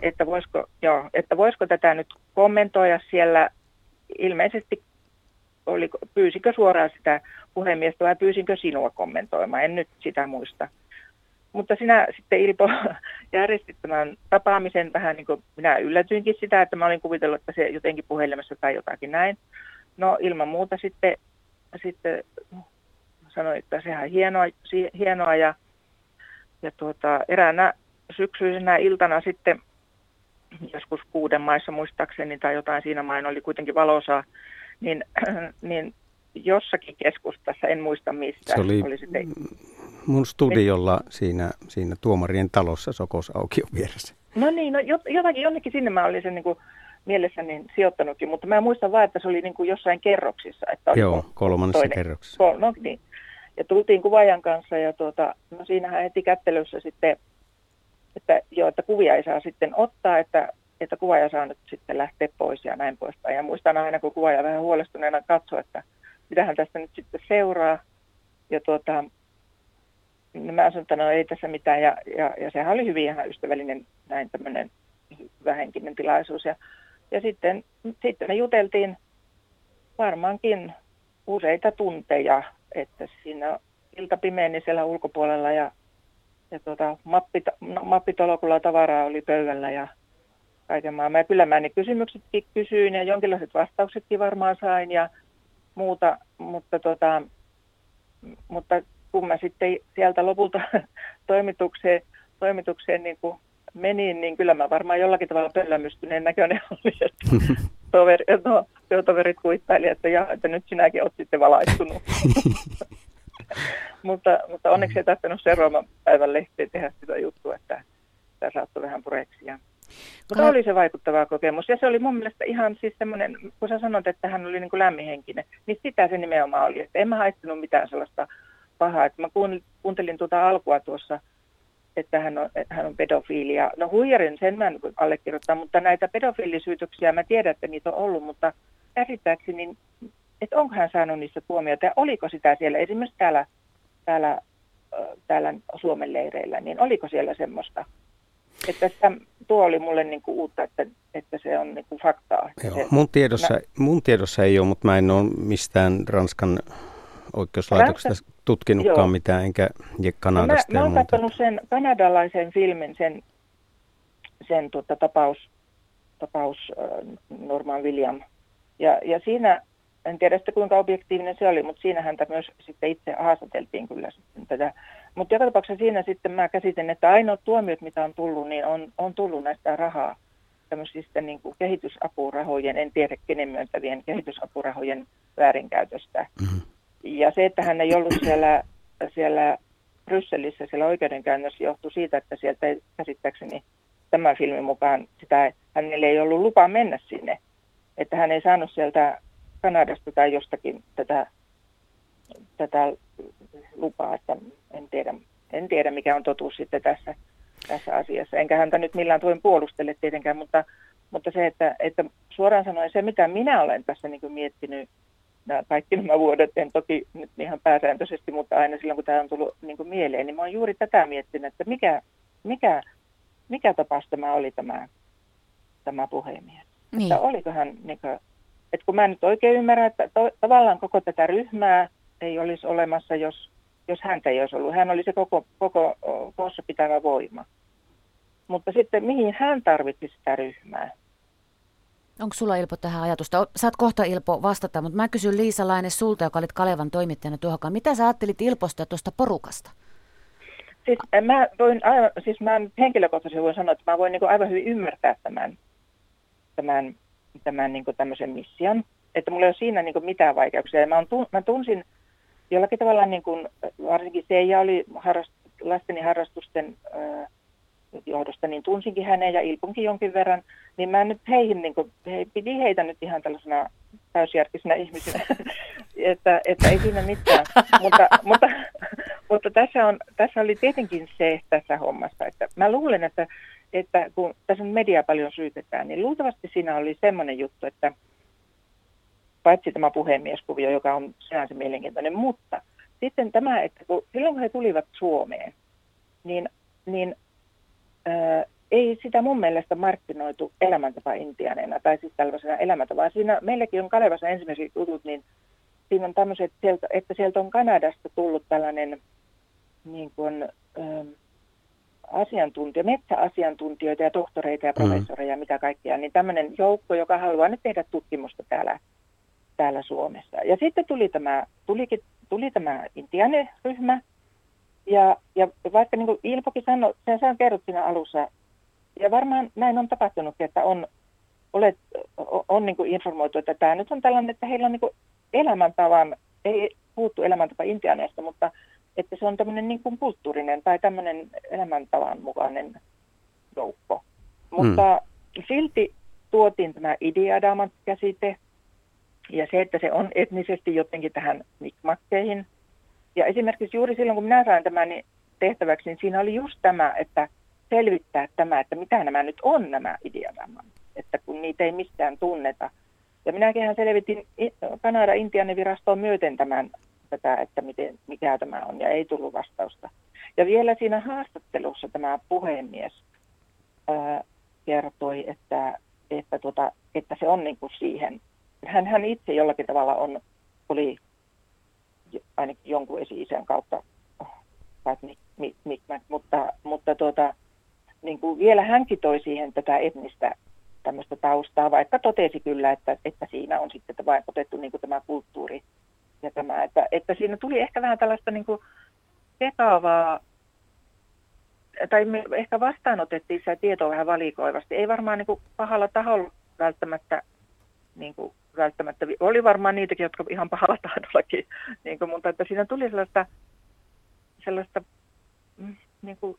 että voisiko tätä nyt kommentoida siellä. Ilmeisesti pyysinkö suoraan sitä puhemiestä vai pyysinkö sinua kommentoimaan, en nyt sitä muista. Mutta sinä sitten Ilpo järjestit tämän tapaamisen vähän niin kuin minä yllätyinkin sitä, että mä olin kuvitellut, että se jotenkin puhelimessa tai jotakin näin. No ilman muuta sitten sanoin, että sehän hienoa ja eräänä syksyisenä iltana sitten joskus 6 maissa muistaakseni tai jotain siinä main oli kuitenkin valosaa, niin jossakin keskustassa, en muista mistä. Se oli sitten mun studiolla siinä Tuomarien talossa Sokosaukion vieressä. No niin, jonnekin sinne mä olin sen niin kuin mielessäni sijoittanutkin, mutta mä muistan vaan, että se oli niin kuin jossain kerroksissa. Että joo, 3. kerroksessa. No niin. Ja tultiin kuvaajan kanssa ja no siinähän heti kättelyssä sitten, että kuvia ei saa sitten ottaa, että kuvaaja saa nyt sitten lähteä pois ja näin poispäin. Ja muistan aina, kun kuvaaja vähän huolestuneena katsoi, että mitähän tästä nyt sitten seuraa. Ja mä sanoin, että no ei tässä mitään. Ja sehän oli hyvin ihan ystävällinen näin tämmöinen vähenkinen tilaisuus. Ja sitten me juteltiin varmaankin useita tunteja, että siinä ilta pimeeni siellä ulkopuolella ja mappitolokulla tavaraa oli pöydällä ja kaiken maailman. Ja kyllä mä ne kysymyksetkin kysyin ja jonkinlaiset vastauksetkin varmaan sain ja muuta, mutta kun mä sitten sieltä lopulta toimitukseen niin kuin menin, niin kyllä mä varmaan jollakin tavalla pöllämystyneen näköinen oli, että työtoverit kuittaili, että nyt sinäkin olet sitten valaistunut. mutta onneksi ei tarvinnut seuraavan päivän lehteen tehdä sitä juttua, että tämä saattoi vähän pureksia. Mutta oli se vaikuttava kokemus ja se oli mun mielestä ihan siis semmoinen, kun sä sanot, että hän oli niin kuin lämminhenkinen, niin sitä se nimenomaan oli. Että en mä haittanut mitään sellaista pahaa. Että mä kuuntelin tuota alkua tuossa, että hän on pedofiili. Ja no huijarin sen mä en allekirjoittaa, mutta näitä pedofiilisyytöksiä mä tiedän, että niitä on ollut, mutta käsittääkseni, että onko hän saanut niistä tuomioita ja oliko sitä siellä esimerkiksi täällä Suomen leireillä, niin oliko siellä semmoista? Että tuo oli mulle niin kuin uutta, että se on niin kuin faktaa. Joo, mun tiedossa ei ole, mutta mä en ole mistään Ranskan oikeuslaitoksesta tutkinutkaan mitään, enkä Kanadasta. Mä oon katsonut sen kanadalaisen filmin, sen tapaus Norman William. Ja siinä, en tiedä sitten kuinka objektiivinen se oli, mutta siinä häntä myös sitten itse haastateltiin kyllä sitten tätä. Mutta joka tapauksessa siinä sitten mä käsitän, että ainoat tuomiot, mitä on tullut, niin on tullut näistä rahaa, tämmöisistä niin kuin kehitysapurahojen, en tiedä kenen myöntävien kehitysapurahojen väärinkäytöstä. Mm-hmm. Ja se, että hän ei ollut siellä Brysselissä, siellä oikeudenkäynnissä, johtui siitä, että sieltä ei käsittääkseni tämän filmin mukaan hänelle ei ollut lupa mennä sinne. Että hän ei saanut sieltä Kanadasta tai jostakin tätä lupaa, että en tiedä mikä on totuus sitten tässä asiassa. Enkä häntä nyt millään tuen puolustele tietenkään, mutta se, että suoraan sanoen se, mitä minä olen tässä niin kuin miettinyt kaikki nämä vuodet, en toki nyt ihan pääsääntöisesti, mutta aina silloin kun tämä on tullut niin kuin mieleen, niin mä oon juuri tätä miettinyt, että mikä tapaus tämä oli tämä puhemies. Niin. Että oliko hän, niin kuin, että kun mä nyt oikein ymmärrän, että tavallaan koko tätä ryhmää ei olisi olemassa, jos häntä ei olisi ollut. Hän oli se koko koossa pitävä voima. Mutta sitten mihin hän tarvitsi sitä ryhmää? Onko sulla, Ilpo, tähän ajatusta? Saat kohta, Ilpo, vastata, mutta mä kysyn Liisa Laine sulta, joka olit Kalevan toimittajana tuohon. Mitä sä ajattelit Ilposta ja tuosta porukasta? Siis mä henkilökohtaisesti voin sanoa, että mä voin niin aivan hyvin ymmärtää tämän niin tämmöisen mission. Että mulla ei ole siinä niin mitään vaikeuksia. Ja mä tunsin jollakin tavalla, niin kuin, varsinkin Seija oli lasteni harrastusten johdosta, niin tunsinkin hänen ja Ilpunkin jonkin verran, niin mä nyt pidin heitä nyt ihan tällaisena täysjärkisenä ihmisinä, että ei siinä mitään. mutta tässä oli tietenkin se tässä hommassa, että mä luulen, että kun tässä media paljon syytetään, niin luultavasti siinä oli semmoinen juttu, että paitsi tämä puhemieskuvio, joka on sinänsä mielenkiintoinen, mutta sitten tämä, että silloin kun he tulivat Suomeen, niin ei sitä mun mielestä markkinoitu elämäntapa-intiaaneina tai siis tällaisena elämäntapaa. Siinä meilläkin on Kalevassa ensimmäiset jutut, niin siinä on tämmöiset, että sieltä on Kanadasta tullut tällainen niin kuin, metsäasiantuntijoita ja tohtoreita ja professoreja ja mitä kaikkea, niin tämmöinen joukko, joka haluaa nyt tehdä tutkimusta täällä Suomessa. Ja sitten tuli tämä intiaaniryhmä, ja vaikka niin kuin Ilpokin sanoi, sen kerrot siinä alussa, ja varmaan näin on tapahtunutkin, että on niin kuin informoitu, että tämä nyt on tällainen, että heillä on niin kuin elämäntavan, ei puhuttu elämäntapa intiaaneista, mutta että se on tämmöinen niin kuin kulttuurinen tai tämmöinen elämäntavan mukainen joukko. Mutta silti tuotiin tämä Idi-Adamat-käsite ja se, että se on etnisesti jotenkin tähän mikmakkeihin Ja esimerkiksi juuri silloin, kun minä sain tämän tehtäväksi, niin siinä oli just tämä, että selvittää tämä, että mitä nämä nyt on nämä ideogrammat, että kun niitä ei mistään tunneta. Ja minäkin selvitin Kanada-Intiaanivirastoon myöten tätä, että mikä tämä on, ja ei tullut vastausta. Ja vielä siinä haastattelussa tämä puhemies kertoi, että se on niin kuin siihen. Hän itse jollakin tavalla oli ainakin jonkun esi-isän kautta, mutta niin kuin vielä hänkin toi siihen tätä etnistä tämmöistä taustaa, vaikka totesi kyllä, että siinä on sitten vain otettu niin kuin tämä kulttuuri ja tämä, että siinä tuli ehkä vähän tällaista niin kuin sekaavaa, tai me ehkä vastaanotettiin sitä tietoa vähän valikoivasti. Ei varmaan niin kuin pahalla taholla välttämättä, oli varmaan niitäkin, jotka ihan pahalla tahdollakin, niin kuin, mutta että siinä tuli sellaista niin kuin,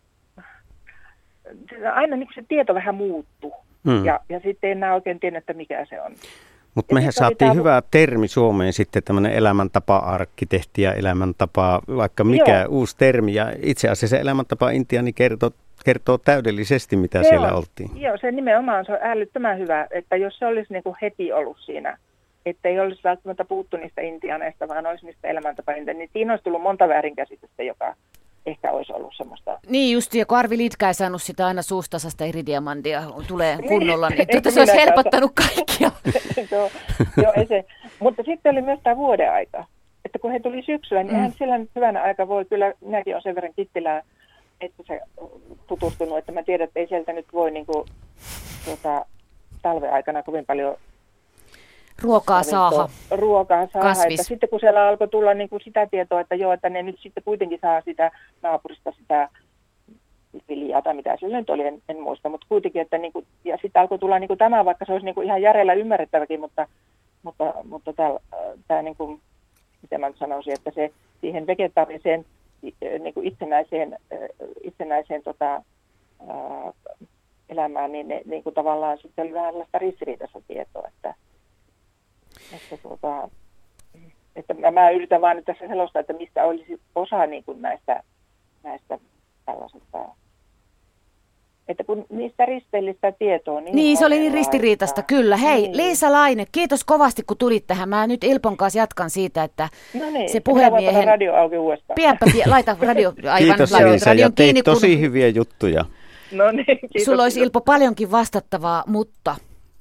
aina niin kuin se tieto vähän muuttui. Ja sitten en enää oikein tiedä, että mikä se on. Mutta mehän saatiin hyvä termi Suomeen sitten, tämmöinen elämäntapa-arkkitehti ja elämäntapa, vaikka mikä uusi termi. Ja itse asiassa elämäntapa-intiaani kertoo täydellisesti, mitä siellä oltiin. Joo, se nimenomaan se on älyttömän hyvä, että jos se olisi niin kuin heti ollut siinä, että ei olisi välttämättä puhuttu niistä intiaaneista, vaan olisi niistä elämäntapa-intiaaneista, niin siinä olisi tullut monta väärinkäsitystä, joka ehkä olisi ollut semmoista. Niin just, ja kun Arvi Litka ei saanut sitä aina suustasasta iridiamandia tulee kunnolla, niin se olisi helpottanut kaikkia. Joo, ei se. Mutta sitten oli myös tämä vuodenaika, että kun he tuli syksyllä, niin eihän sillä nyt hyvänä aika voi, kyllä minäkin olen sen verran Kittilää, että se tutustunut, että mä tiedän, että ei sieltä nyt voi niin kuin, talven aikana kovin paljon ruokaa saada. Että sitten kun siellä alkoi tulla niin kuin sitä tietoa, että joo, että ne nyt sitten kuitenkin saa sitä naapurista sitä viljaa tai mitä sillä nyt oli, en muista, mutta kuitenkin, että niin kuin, ja sitten alkoi tulla niin kuin tämä, vaikka se olisi niin kuin ihan järjellä ymmärrettäväkin, mutta tämä niin kuin, miten mä sanoisin, että se siihen vegetaariseen niin kuin itsenäiseen elämään, niin ne niin kuin tavallaan sitten oli vähän sellaista ristiriitaista tietoa, että mä yritän vaan nyt tässä selostaa, että mistä olisi osa niin kuin näistä tällaisesta, että kun niistä risteillistä tietoa. Niin se oli niin ristiriitaista, kyllä. Hei, niin. Liisa Laine, kiitos kovasti kun tulit tähän. Mä nyt Ilpon kanssa jatkan siitä, että se puhemiehen. Radio auki uudestaan. Laita radio aivan. Kiitos Liisa, ja teit tosi hyviä juttuja. No niin, kiitos. Sulla olisi Ilpo paljonkin vastattavaa, mutta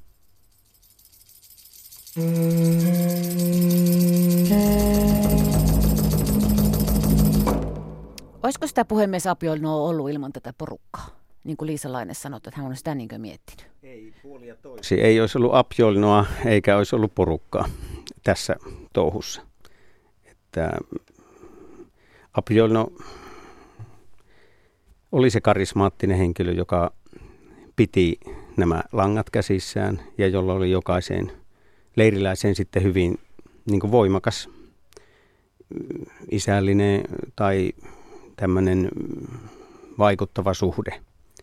olisiko sitä puhemies Apiolnoa ollut ilman tätä porukkaa? Niin kuin Liisa Laine sanoi, että hän on sitä niinkö miettinyt. Ei puolia toisin. Ei olisi ollut Apiolnoa eikä olisi ollut porukkaa tässä touhussa. Että Apiolno oli se karismaattinen henkilö, joka piti nämä langat käsissään ja jolla oli jokaiseen leiriläiseen sitten hyvin niin kuin voimakas isällinen tai tämmöinen vaikuttava suhde.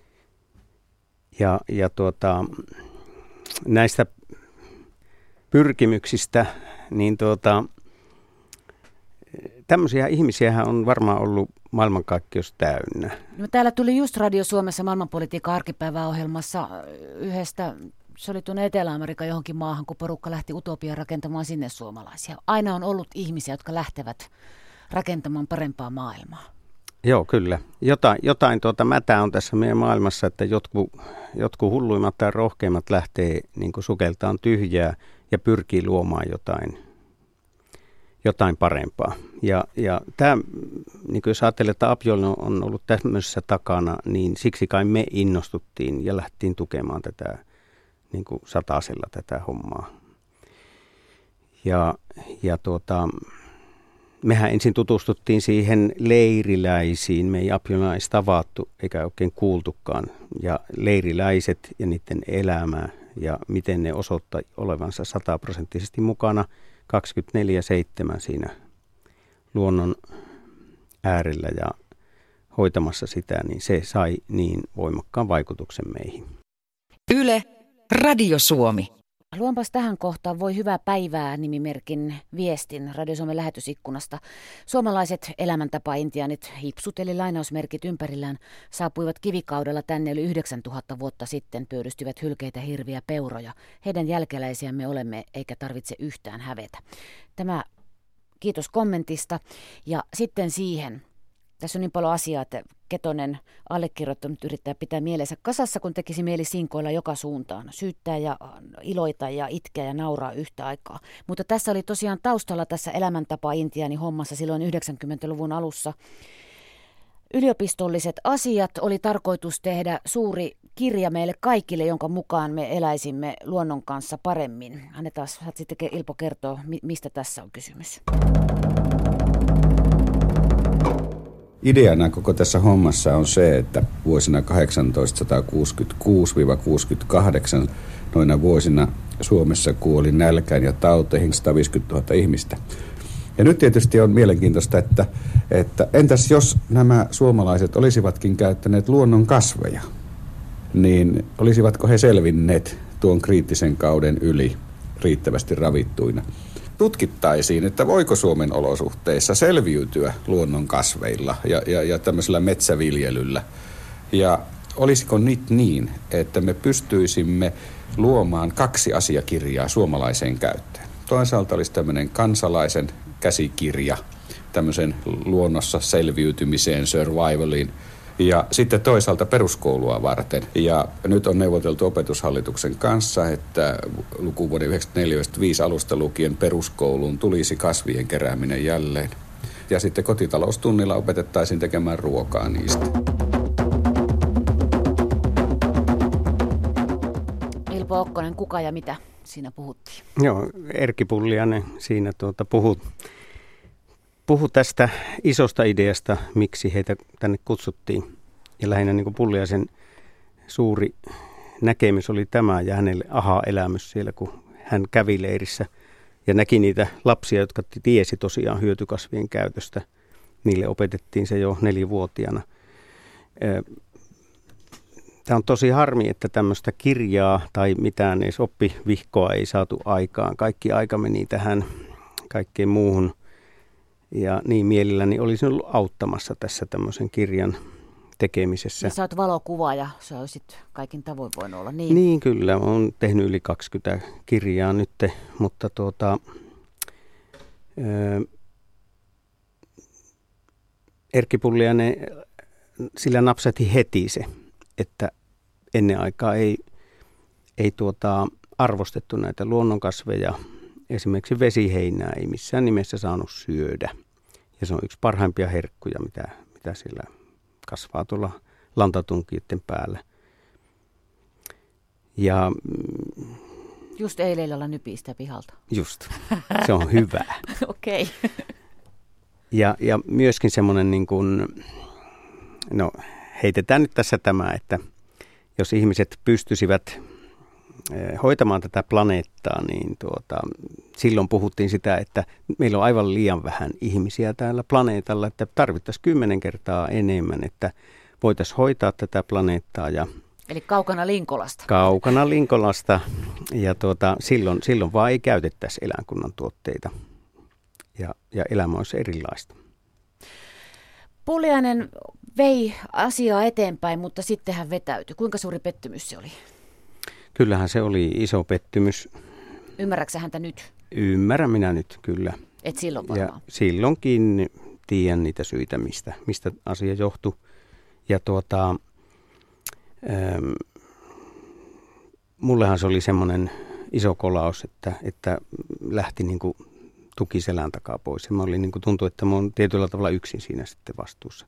Ja näistä pyrkimyksistä, niin tämmöisiä ihmisiähän on varmaan ollut maailmankaikkeus täynnä. No, täällä tuli just Radio Suomessa maailmanpolitiikan arkipäiväohjelmassa yhdestä, se oli tuonne Etelä-Amerikan johonkin maahan, kun porukka lähti utopiaa rakentamaan sinne suomalaisia. Aina on ollut ihmisiä, jotka lähtevät rakentamaan parempaa maailmaa. Joo, kyllä. Jotain mätää on tässä meidän maailmassa, että jotkut hulluimmat tai rohkeimmat lähtee niin kuin sukeltaan tyhjää ja pyrkii luomaan jotain parempaa. Ja tämä, niin jos ajattelee, että Apiolno on ollut tämmöisessä takana, niin siksi kai me innostuttiin ja lähdettiin tukemaan tätä niin kuin satasella tätä hommaa. Ja mehän ensin tutustuttiin siihen leiriläisiin. Me ei Apiolnoa edes tavattu eikä oikein kuultukaan. Ja leiriläiset ja niiden elämä ja miten ne osoittaa olevansa 100% mukana 24/7 siinä luonnon äärellä ja hoitamassa sitä, niin se sai niin voimakkaan vaikutuksen meihin. Yle, Radio Suomi. Luonpas tähän kohtaan voi hyvää päivää -nimimerkin viestin Radio Suomen lähetysikkunasta. Suomalaiset elämäntapa-intiaanit, hipsut eli lainausmerkit ympärillään, saapuivat kivikaudella tänne yli 9000 vuotta sitten, pöydystyvät hylkeitä, hirviä, peuroja. Heidän jälkeläisiämme olemme, eikä tarvitse yhtään hävetä. Tämä kiitos kommentista. Ja sitten siihen. Tässä on niin paljon asiaa, että Ketonen allekirjoittanut yrittää pitää mielensä kasassa, kun tekisi mieli sinkoilla joka suuntaan. Syyttää ja iloita ja itkeä ja nauraa yhtä aikaa. Mutta tässä oli tosiaan taustalla tässä elämäntapa-intiaani hommassa silloin 90-luvun alussa. Yliopistolliset asiat oli tarkoitus tehdä suuri kirja meille kaikille, jonka mukaan me eläisimme luonnon kanssa paremmin. Annetaan sitten Ilpo kertoo, mistä tässä on kysymys. Ideana koko tässä hommassa on se, että vuosina 1866-68 noina vuosina Suomessa kuoli nälkään ja tauteihin 150 000 ihmistä. Ja nyt tietysti on mielenkiintoista, että entäs jos nämä suomalaiset olisivatkin käyttäneet luonnon kasveja, niin olisivatko he selvinneet tuon kriittisen kauden yli riittävästi ravittuina? Tutkittaisiin, että voiko Suomen olosuhteissa selviytyä luonnon kasveilla ja tämmöisellä metsäviljelyllä. Ja olisiko nyt niin, että me pystyisimme luomaan 2 asiakirjaa suomalaiseen käyttöön. Toisaalta olisi tämmöinen kansalaisen käsikirja tämmöisen luonnossa selviytymiseen, survivaliin, ja sitten toisaalta peruskoulua varten. Ja nyt on neuvoteltu Opetushallituksen kanssa, että lukuvuoden 1994-1995 alusta lukien peruskouluun tulisi kasvien kerääminen jälleen. Ja sitten kotitaloustunnilla opetettaisiin tekemään ruokaa niistä. Ilpo Okkonen, kuka ja mitä siinä puhuttiin? Joo, Erkki Pulliainen siinä puhu tästä isosta ideasta, miksi heitä tänne kutsuttiin. Ja lähinnä niin kuin Pulliaisen suuri näkemys oli tämä ja hänelle aha-elämys siellä, kun hän kävi leirissä ja näki niitä lapsia, jotka tiesi tosiaan hyötykasvien käytöstä. Niille opetettiin se jo 4-vuotiaana. Tämä on tosi harmi, että tämmöistä kirjaa tai mitään edes oppivihkoa ei saatu aikaan. Kaikki aika meni tähän kaikkeen muuhun. Ja niin mielelläni olisin ollut auttamassa tässä tämmöisen kirjan tekemisessä. Ja sä oot valokuvaaja, sä olisit kaikin tavoin voinut olla niin. Niin kyllä, olen tehnyt yli 20 kirjaa nyt, mutta Erkki Pulliainen, sillä napsahti heti se, että ennen aikaa ei arvostettu näitä luonnonkasveja. Esimerkiksi vesiheinää ei missään nimessä saanut syödä. Ja se on yksi parhaimpia herkkuja, mitä siellä kasvaa tuolla lantatunkijoiden päällä. Ja just eilen olla nypistä pihalta. Just, se on hyvä. Okei. Ja myöskin semmoinen, niin kuin, no heitetään nyt tässä tämä, että jos ihmiset pystyisivät hoitamaan tätä planeettaa, niin silloin puhuttiin sitä, että meillä on aivan liian vähän ihmisiä täällä planeetalla, että tarvittaisiin 10 kertaa enemmän, että voitaisiin hoitaa tätä planeettaa. Eli kaukana Linkolasta. Kaukana Linkolasta, ja silloin vaan ei käytettäisi eläinkunnan tuotteita, ja elämä olisi erilaista. Pulliainen vei asiaa eteenpäin, mutta sitten hän vetäytyi. Kuinka suuri pettymys se oli? Kyllähän se oli iso pettymys. Ymmärrätkö häntä nyt? Ymmärrän minä nyt, kyllä. Et silloin varmaan? Ja silloinkin tiedän niitä syitä, mistä asia johtui. Ja mullehan se oli semmoinen iso kolaus, että lähti niin kuin tuki selän takaa pois. Ja mä olin, niin kuin tuntui, että mä oon tietyllä tavalla yksin siinä sitten vastuussa.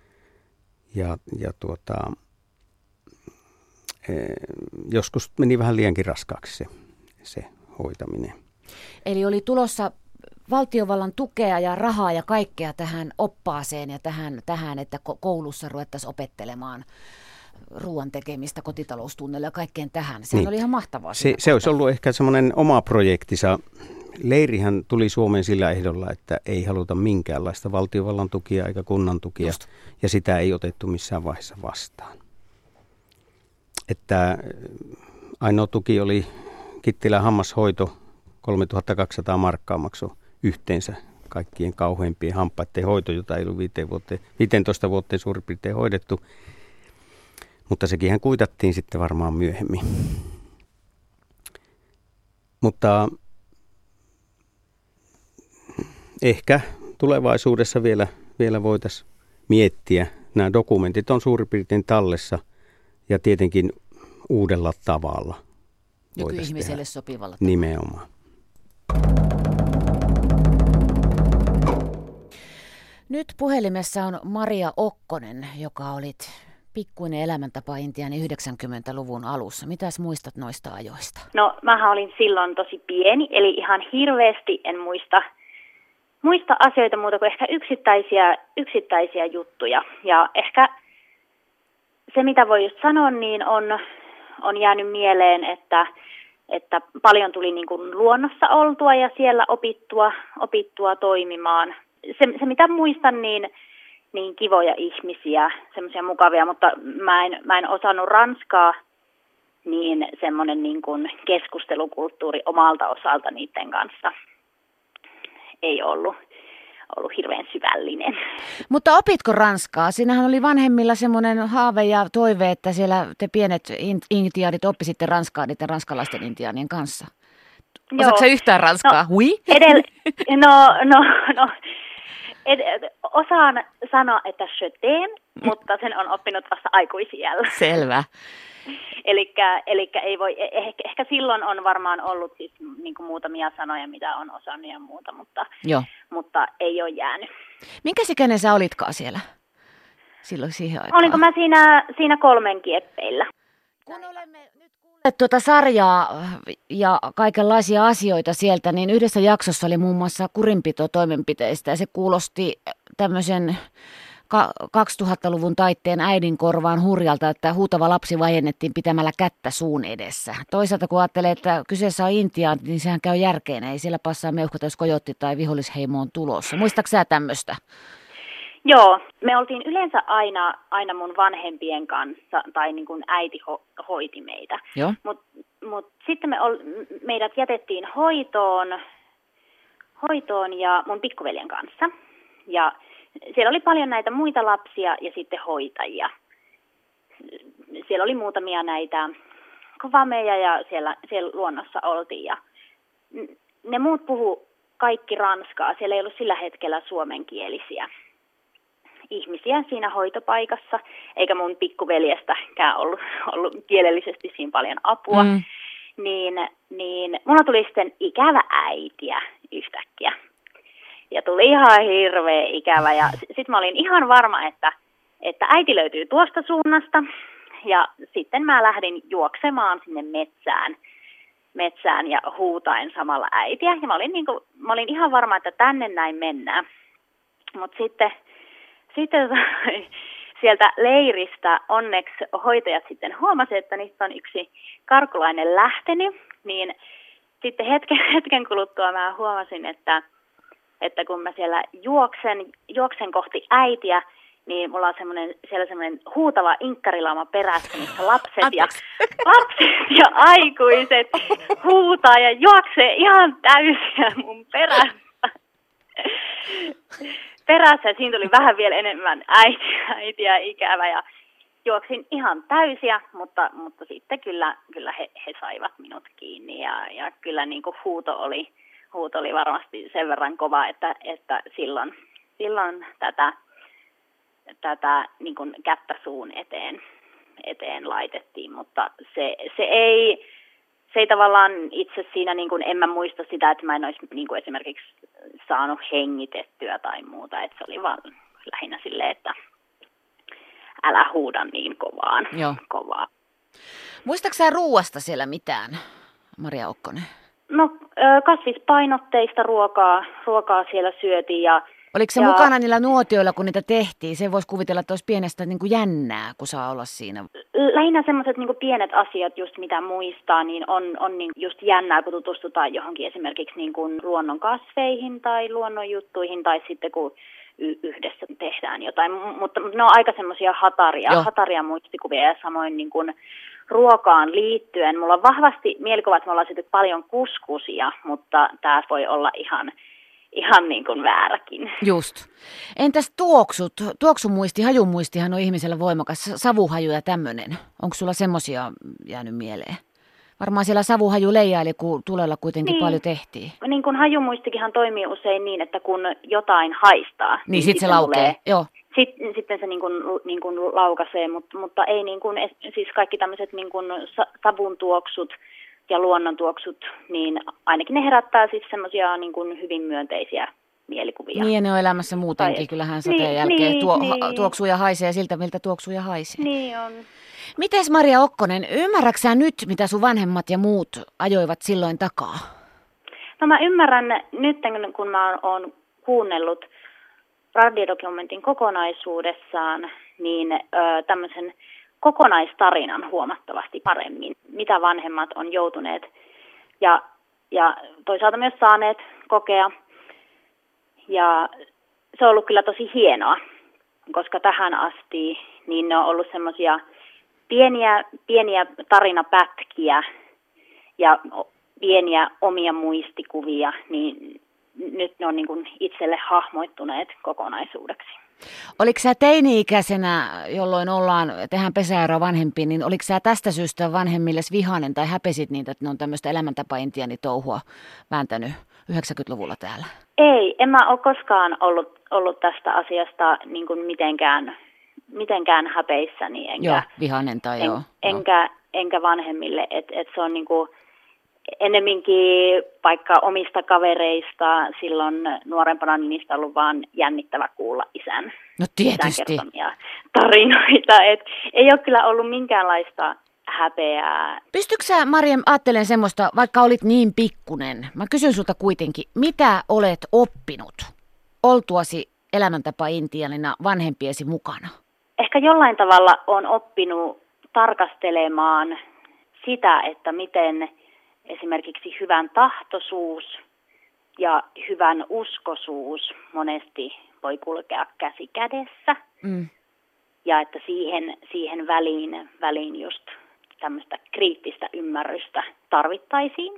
Joskus meni vähän liiankin raskaaksi se hoitaminen. Eli oli tulossa valtiovallan tukea ja rahaa ja kaikkea tähän oppaaseen ja tähän että koulussa ruvettaisiin opettelemaan ruoan tekemistä, kotitaloustunnilla ja kaikkeen tähän. Se oli ihan mahtavaa. Se olisi ollut ehkä semmoinen oma projektinsa. Leirihän tuli Suomeen sillä ehdolla, että ei haluta minkäänlaista valtiovallan tukia eikä kunnan tukia. Just. Ja sitä ei otettu missään vaiheessa vastaan. Että ainoa tuki oli Kittilän hammashoito 3200 markkaa maksoi yhteensä kaikkien kauheimpien hampaiden hoito, jota ei ollut 15 vuoteen suurin piirtein hoidettu. Mutta sekinhän kuitattiin sitten varmaan myöhemmin. Mutta ehkä tulevaisuudessa vielä voitaisiin miettiä. Nämä dokumentit on suurin piirtein tallessa ja tietenkin uudella tavalla. Nykyihmiselle sopivalla tavalla. Nimenomaan. Nyt puhelimessa on Maria Okkonen, joka olit pikkuinen elämäntapa Intiani 90-luvun alussa. Mitäs muistat noista ajoista? No, mähän olin silloin tosi pieni, eli ihan hirveästi en muista asioita muuta kuin ehkä yksittäisiä juttuja. Ja ehkä se, mitä voi just sanoa, niin on jäänyt mieleen, että paljon tuli niin kuin luonnossa oltua ja siellä opittua toimimaan. Se mitä muistan, niin kivoja ihmisiä, semmoisia mukavia, mutta mä en osannut ranskaa, niin semmoinen niin kuin keskustelukulttuuri omalta osalta niiden kanssa ei ollut hirveän syvällinen. Mutta opitko ranskaa? Siinähän oli vanhemmilla semmoinen haave ja toive, että siellä te pienet intiaanit oppisitte ranskaa niiden ranskalaisten intiaanien kanssa. Osaatko sä yhtään ranskaa? Oui? Osaan sanoa, että je t'aime, mutta sen on oppinut vasta aikuisiällä. Selvä. Elikkä ei voi, ehkä silloin on varmaan ollut siis niin kuin muutamia sanoja, mitä on osannut ja muuta, mutta ei ole jäänyt. Minkäs ikäinen sä olitkaan siellä silloin siihen aikaan? Olinko mä siinä 3 kieppeillä? Kun olemme nyt kuulleet tuota sarjaa ja kaikenlaisia asioita sieltä, niin yhdessä jaksossa oli muun muassa kurinpitotoimenpiteistä ja se kuulosti tämmöisen 2000-luvun taitteen äidin korvaan hurjalta, että huutava lapsi vaiennettiin pitämällä kättä suun edessä. Toisaalta kun ajattelee, että kyseessä on Intiaan, niin sehän käy järkeen. Ei siellä passaa meuhkata, jos kojotti tai vihollisheimo on tulossa. Muistatko sä tämmöistä? Joo, me oltiin yleensä aina mun vanhempien kanssa, tai niin kuin äiti hoiti meitä. Mut sitten meidät jätettiin hoitoon ja mun pikkuveljen kanssa. Ja siellä oli paljon näitä muita lapsia ja sitten hoitajia. Siellä oli muutamia näitä kovameja ja siellä luonnossa oltiin. Ja ne muut puhu kaikki ranskaa. Siellä ei ollut sillä hetkellä suomenkielisiä ihmisiä siinä hoitopaikassa, eikä mun pikkuveljestäkään ollut kielellisesti siinä paljon apua. Niin mulla tuli sitten ikävä äitiä yhtäkkiä. Ja tuli ihan hirveä ikävä. Ja sitten mä olin ihan varma, että äiti löytyy tuosta suunnasta. Ja sitten mä lähdin juoksemaan sinne metsään ja huutaen samalla äitiä. Ja mä olin ihan varma, että tänne näin mennään. Mutta sitten sieltä leiristä onneksi hoitajat sitten huomasivat, että niistä on yksi karkulainen lähtenyt. Niin sitten hetken kuluttua mä huomasin, että kun mä siellä juoksen kohti äitiä, niin mulla on siellä semmoinen huutava inkkarilauma perässä, missä lapset ja aikuiset huutaa ja juoksee ihan täysiä mun perässä. Siinä tuli vähän vielä enemmän äitiä ikävä ja juoksin ihan täysiä, mutta sitten kyllä he saivat minut kiinni ja kyllä niin kuin huuto oli varmasti sen verran kova, että silloin tätä niin kuin kättä suun eteen laitettiin, mutta se ei tavallaan itse siinä, niin kuin, en mä muista sitä, että mä en olisi niin kuin esimerkiksi saanut hengitettyä tai muuta, että se oli vaan lähinnä silleen, että älä huuda niin kovaa. Muistatko sä ruuasta siellä mitään, Maria Okkonen? No kasvispainotteista ruokaa siellä syötiin ja oliko se mukana niillä nuotioilla, kun niitä tehtiin? Se voisi kuvitella, että olisi pienestä niin kuin jännää, kun saa olla siinä. Lähinnä semmoiset niin kuin pienet asiat, just mitä muistaa, niin on niin just jännää, kun tutustutaan johonkin esimerkiksi niin kuin luonnon kasveihin tai luonnon juttuihin, tai sitten kun yhdessä tehdään jotain. Mutta ne on aika semmoisia hataria muistikuvia, ja samoin niin kuin ruokaan liittyen. Mulla on vahvasti mielikuva, että me ollaan syöty paljon kuskusia, mutta tämä voi olla ihan niin kuin vääräkin. Just. Entäs tuoksut? Tuoksumuisti, hajumuistihan on ihmisellä voimakas, savuhaju ja tämmöinen. Onko sulla semmoisia jäänyt mieleen? Varmaan siellä savuhaju leijaili, kun tulella kuitenkin paljon tehtiin. Niin kuin hajumuistikinhan toimii usein niin, että kun jotain haistaa. Niin sitten se laukee, joo. Sitten se niin kuin laukaisee, mutta ei niin kuin, siis kaikki tämmöiset niin kuin savun tuoksut ja luonnontuoksut, niin ainakin ne herättää siis semmoisia niin kuin hyvin myönteisiä mielikuvia. Niin, ja ne on elämässä muutenkin, kyllähän sateen jälkeen tuoksuu ja haisee siltä, miltä tuoksuu ja haisee. Niin on. Mites Maria Okkonen, ymmärrätkö sä nyt, mitä sun vanhemmat ja muut ajoivat silloin takaa? No mä ymmärrän nyt, kun mä oon kuunnellut radiodokumentin kokonaisuudessaan, niin tämmöisen kokonaistarinan huomattavasti paremmin, mitä vanhemmat on joutuneet ja toisaalta myös saaneet kokea. Ja se on ollut kyllä tosi hienoa, koska tähän asti niin ne on ollut semmoisia pieniä tarinapätkiä ja pieniä omia muistikuvia, niin nyt ne on niin kuin itselle hahmoittuneet kokonaisuudeksi. Oliko sä teini-ikäisenä, jolloin tehdään pesäeroa vanhempiin, niin oliko sä tästä syystä vanhemmille vihainen tai häpesit niitä, että ne on tämmöistä elämäntapa-intiaanitouhua vääntänyt 90-luvulla täällä? Ei, en mä ole koskaan ollut tästä asiasta niin kuin mitenkään häpeissäni. Joo, vihainen tai joo. Enkä vanhemmille, että se on niin kuin ennemminkin vaikka omista kavereista silloin nuorempana, niin niistä on ollut vaan jännittävä kuulla isän kertomia tarinoita. Et ei ole kyllä ollut minkäänlaista häpeää. Pystytkö sä, Marjem, ajattelemaan semmoista, vaikka olit niin pikkunen, mä kysyn sulta kuitenkin, mitä olet oppinut oltuasi elämäntapa-intianina vanhempiesi mukana? Ehkä jollain tavalla on oppinut tarkastelemaan sitä, että miten esimerkiksi hyvän tahtoisuus ja hyvän uskoisuus monesti voi kulkea käsi kädessä. Ja että siihen väliin just tämmöistä kriittistä ymmärrystä tarvittaisiin.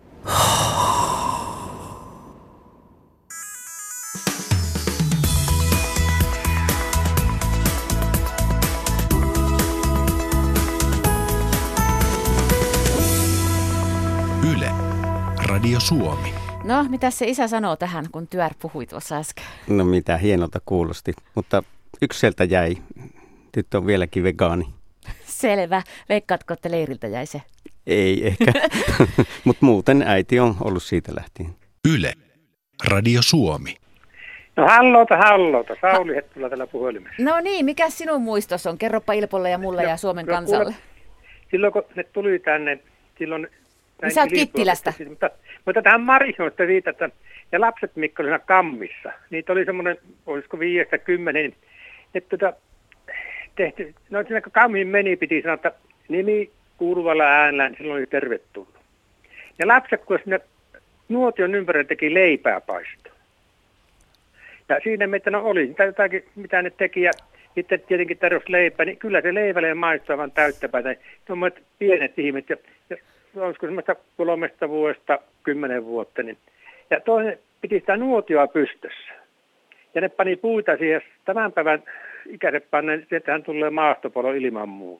Yle, Radio Suomi. No, mitä se isä sanoo tähän, kun Työr puhui tuossa äsken? No mitä hienolta kuulosti, mutta yksi sieltä jäi. Tyttö on vieläkin vegaani. Selvä. Veikkaatko, että leiriltä jäi se? Ei ehkä, mutta muuten äiti on ollut siitä lähtien. Yle, Radio Suomi. No hallota. Sauli Hettula tällä puhelimessa. No niin, mikä sinun muistos on? Kerropa Ilpolle ja mulle ja Suomen kansalle. Silloin kun ne tuli tänne, silloin... Sä oot Kittilästä. Mutta tähän Marihoista siitä, että ja lapset, mitkä oli siinä kammissa, niitä oli semmoinen, olisiko 5-10, että tehty, no siinä kun kammiin meni, piti sanoa, että nimi kuuluvalla äänellä, niin silloin oli tervetullut. Ja lapset, kun sinne nuotion ympärillä teki leipää paistoa. Ja siinä meitä oli jotakin, mitä ne teki, ja sitten tietenkin tarjosi leipää, niin kyllä se leiväleen maistuu vaan täyttäpäätä. Tuommoiset pienet ihmiset, ja olisiko semmoista 3 vuodesta 10 vuotta, niin. Ja toinen piti sitä nuotioa pystyssä. Ja ne pani puita siihen, tämän päivän ikäiset pannen, että hän tulee maastopolo ilman muuta.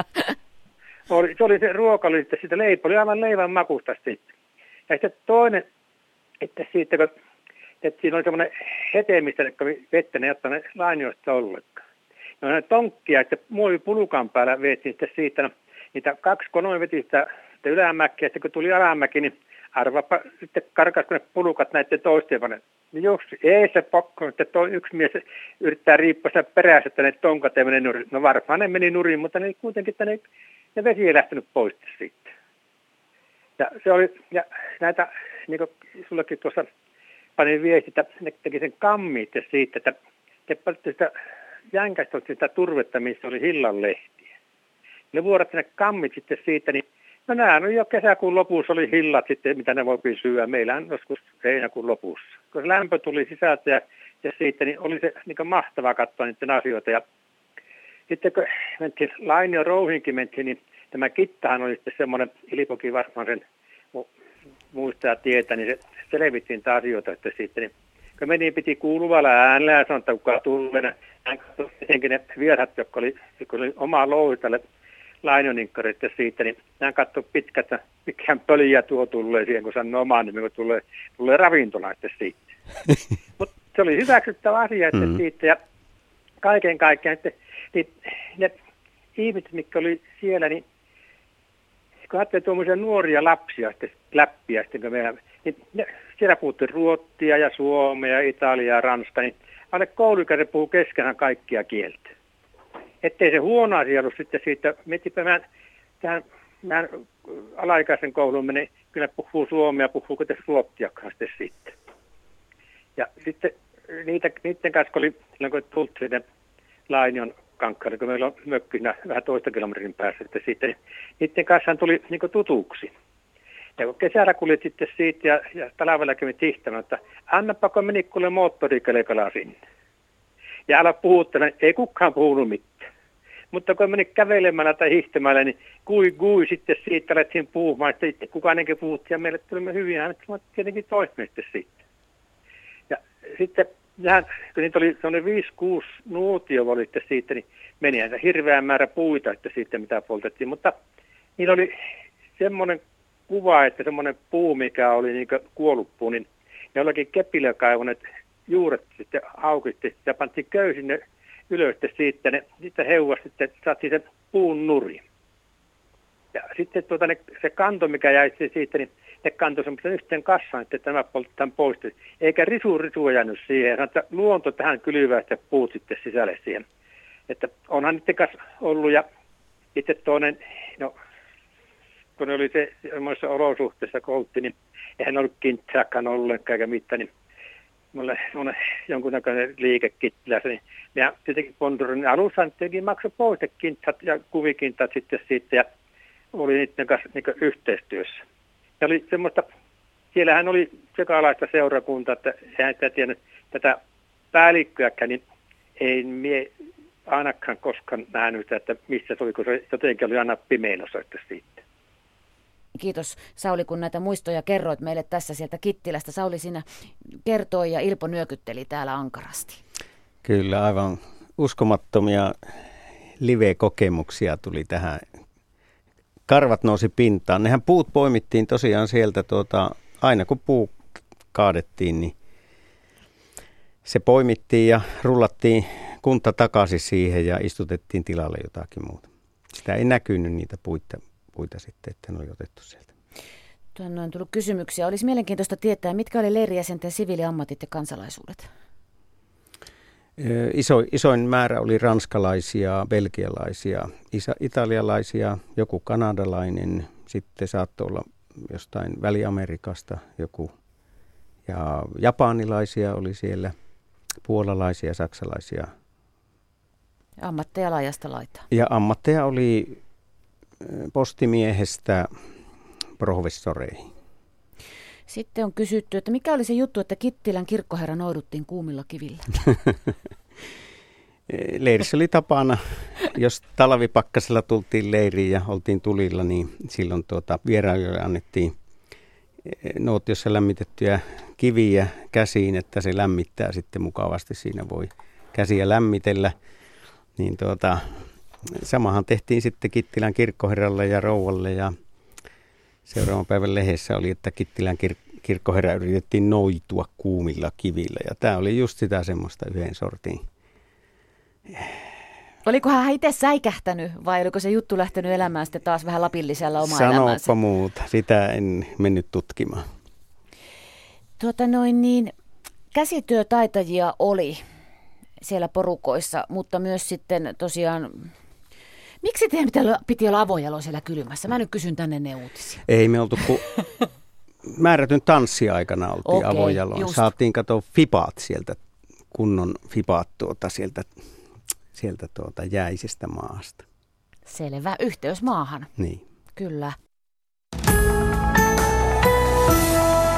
Se ruoka oli sitten, sitä leipä oli aivan leivän makusta sitten. Ja sitten toinen, että siitä, että siinä oli semmoinen hete, mistä ne kävi vettä, ne ei ottanut lainioista ollenkaan. No ne tonkkia, että muovipulukan päällä veettiin sitten siitä, no, niitä 2 konoja veti sitä ylämäkkiä, ja sitten kun tuli alamäki, niin arvapa sitten karkasko ne pulukat näiden toisten vanhan. Niin jos ei se pakko, että yksi mies yrittää riippua sitä perässä, että ne tonkat ei mene nurin. No varmaan ne meni nurin, mutta ne kuitenkin, että ne vesi ei lähtenyt pois sitten. Ja se oli, ja näitä, niin kuin sullekin tuossa panin viesti, että ne teki sen kammiit siitä, että te paljon sitä jänkästä sitä turvetta, missä oli hillanlehtiä. Ne vuorat ne kammit sitten siitä, niin no nämä on jo kesäkuun lopussa oli hillat sitten, mitä ne voi syödä. Meillä on joskus heinäkuun lopussa. Kun lämpö tuli sisältä ja siitä, niin oli se niin mahtavaa katsoa niiden asioita. Ja sitten kun mentiin Lainio Rouhinkin mentiin, niin tämä Kittahan oli sitten semmoinen, Ilpokin varmaan sen muistaa tietää, niin se selvitti niitä asioita, että sitten niin, kun meni, piti kuuluvalla äänellä ja sanoa, että kuka tulee. Hän katsoi tietenkin ne vieraat, jotka oli omaa louhistalle lainionikkarit siitä, niin hän katsoi pitkät, mikään pöliä tuo tulee siihen, kun sanoo omaan nimen, kun tulee ravintola siitä. Mutta se oli hyväksyttävä asia, että siitä ja kaiken kaikkiaan, että niin ne ihmiset, mitkä oli siellä, niin kun ajattelee tuommoisia nuoria lapsia, läppiä, niin siellä puhuttiin ruotsia ja suomea ja italiaa ja ranska, niin alle kouluikäiset puhuu keskenään kaikkia kieltä. Ettei se huono asia ollut sitten siitä, mietipä mä alaikäisen kouluun menen, kyllä puhuu suomea, puhuu kuitenkin ruotsiakaan sitten siitä. Ja sitten niiden kanssa, kun tultiin sinne Lainion kankkaan, kun meillä on mökkinä vähän toista kilometrin päässä, että siitä, niin niiden kanssa tuli niin tutuksi. Ja kun kesällä kulit sitten siitä ja talvella kävi tihtämään, että annapa kun meni kuule moottorikelekalla sinne. Ja älä puhuttele, ei kukaan puhunut mitään. Mutta kun meni kävelemällä tai hiihtämällä, niin kui sitten siitä alettiin puhumaan, että itse kukaan enkä puhuttiin ja meille tulimme hyvin äänet, mutta tietenkin toimme siitä. Ja sitten kun niitä oli 5-6 nuutio oli siitä, niin meni hirveän määrä puita, että siitä mitä poltettiin. Mutta niillä oli semmoinen kuva, että semmoinen puu, mikä oli niin kuollut puu, niin jollakin kepillä kaivoneet juuret sitten aukitti ja pantiin köysinne ylös siitä, ne sitten heuvasi, sitten saatiin sen puun nuri. Ja sitten se kanto, mikä jäi siitä, niin ne kantoi semmoisen yhteen kassaan, että tämä poltetaan pois. Eikä risu jäänyt siihen, että luonto tähän kylvää ja puut sitten sisälle siihen. Että onhan niiden kanssa ollut ja itse toinen, no kun ne oli se semmoisessa olosuhteessa koltti, niin eihän ollut kintsaakaan ollenkaan eikä mitään, niin mulle on jonkunnäköinen liikekittilässä, niin ja tietenkin Ponturin alussa tietenkin maksoi pois kintsat ja kuvikintat sitten siitä ja oli niiden kanssa niin yhteistyössä. Ja oli semmoista, siellähän oli sekalaista seurakuntaa, että eihän sitä tiennyt tätä päällikköäkään, niin ei mie ainakaan koskaan nähnyt, että missä se oli, kun se jotenkin oli aina pimeilossa siitä. Kiitos Sauli, kun näitä muistoja kerroit meille tässä sieltä Kittilästä. Sauli siinä kertoi ja Ilpo nyökytteli täällä ankarasti. Kyllä, aivan uskomattomia live-kokemuksia tuli tähän. Karvat nousi pintaan. Nehän puut poimittiin tosiaan sieltä, aina kun puu kaadettiin, niin se poimittiin ja rullattiin kunta takaisin siihen ja istutettiin tilalle jotakin muuta. Sitä ei näkynyt niitä puita sitten, että ne oli otettu sieltä. Tuonne on tullut kysymyksiä. Olisi mielenkiintoista tietää, mitkä oli leirijäsenten siviiliammatit ja kansalaisuudet? Isoin määrä oli ranskalaisia, belgialaisia, italialaisia, joku kanadalainen, sitten saattoi olla jostain Väli-Amerikasta joku. Ja japanilaisia oli siellä, puolalaisia, saksalaisia. Ammatteja laajasta laitaa. Ja ammatteja oli postimiehestä professoreihin. Sitten on kysytty, että mikä oli se juttu, että Kittilän kirkkoherra nouduttiin kuumilla kivillä? Leirissä oli tapana, jos talvipakkasella tultiin leiriin ja oltiin tulilla, niin silloin vierailijoille annettiin nuotiossa lämmitettyjä kiviä käsiin, että se lämmittää sitten mukavasti. Siinä voi käsiä lämmitellä. Niin samahan tehtiin sitten Kittilän kirkkoherralle ja rouvalle ja seuraavan päivän lehdessä oli, että Kittilän kirkkoherra yritettiin noitua kuumilla kivillä ja tämä oli just sitä semmoista yhden sortin. Oliko hän itse säikähtänyt vai oliko se juttu lähtenyt elämään sitten taas vähän lapillisella omaa elämäänsä? Sanoppa muuta, sitä en mennyt tutkimaan. Käsityötaitajia oli siellä porukoissa, mutta myös sitten tosiaan, miksi teidän piti olla avojalo siellä kylmässä? Mä nyt kysyn tänne ne uutisia. Ei me oltu, kun määrätyn tanssiaikana oltiin avojaloon. Just. Saatiin katsoa fipaat sieltä, kunnon fipaat sieltä jäisestä maasta. Selvä, yhteys maahan. Niin. Kyllä.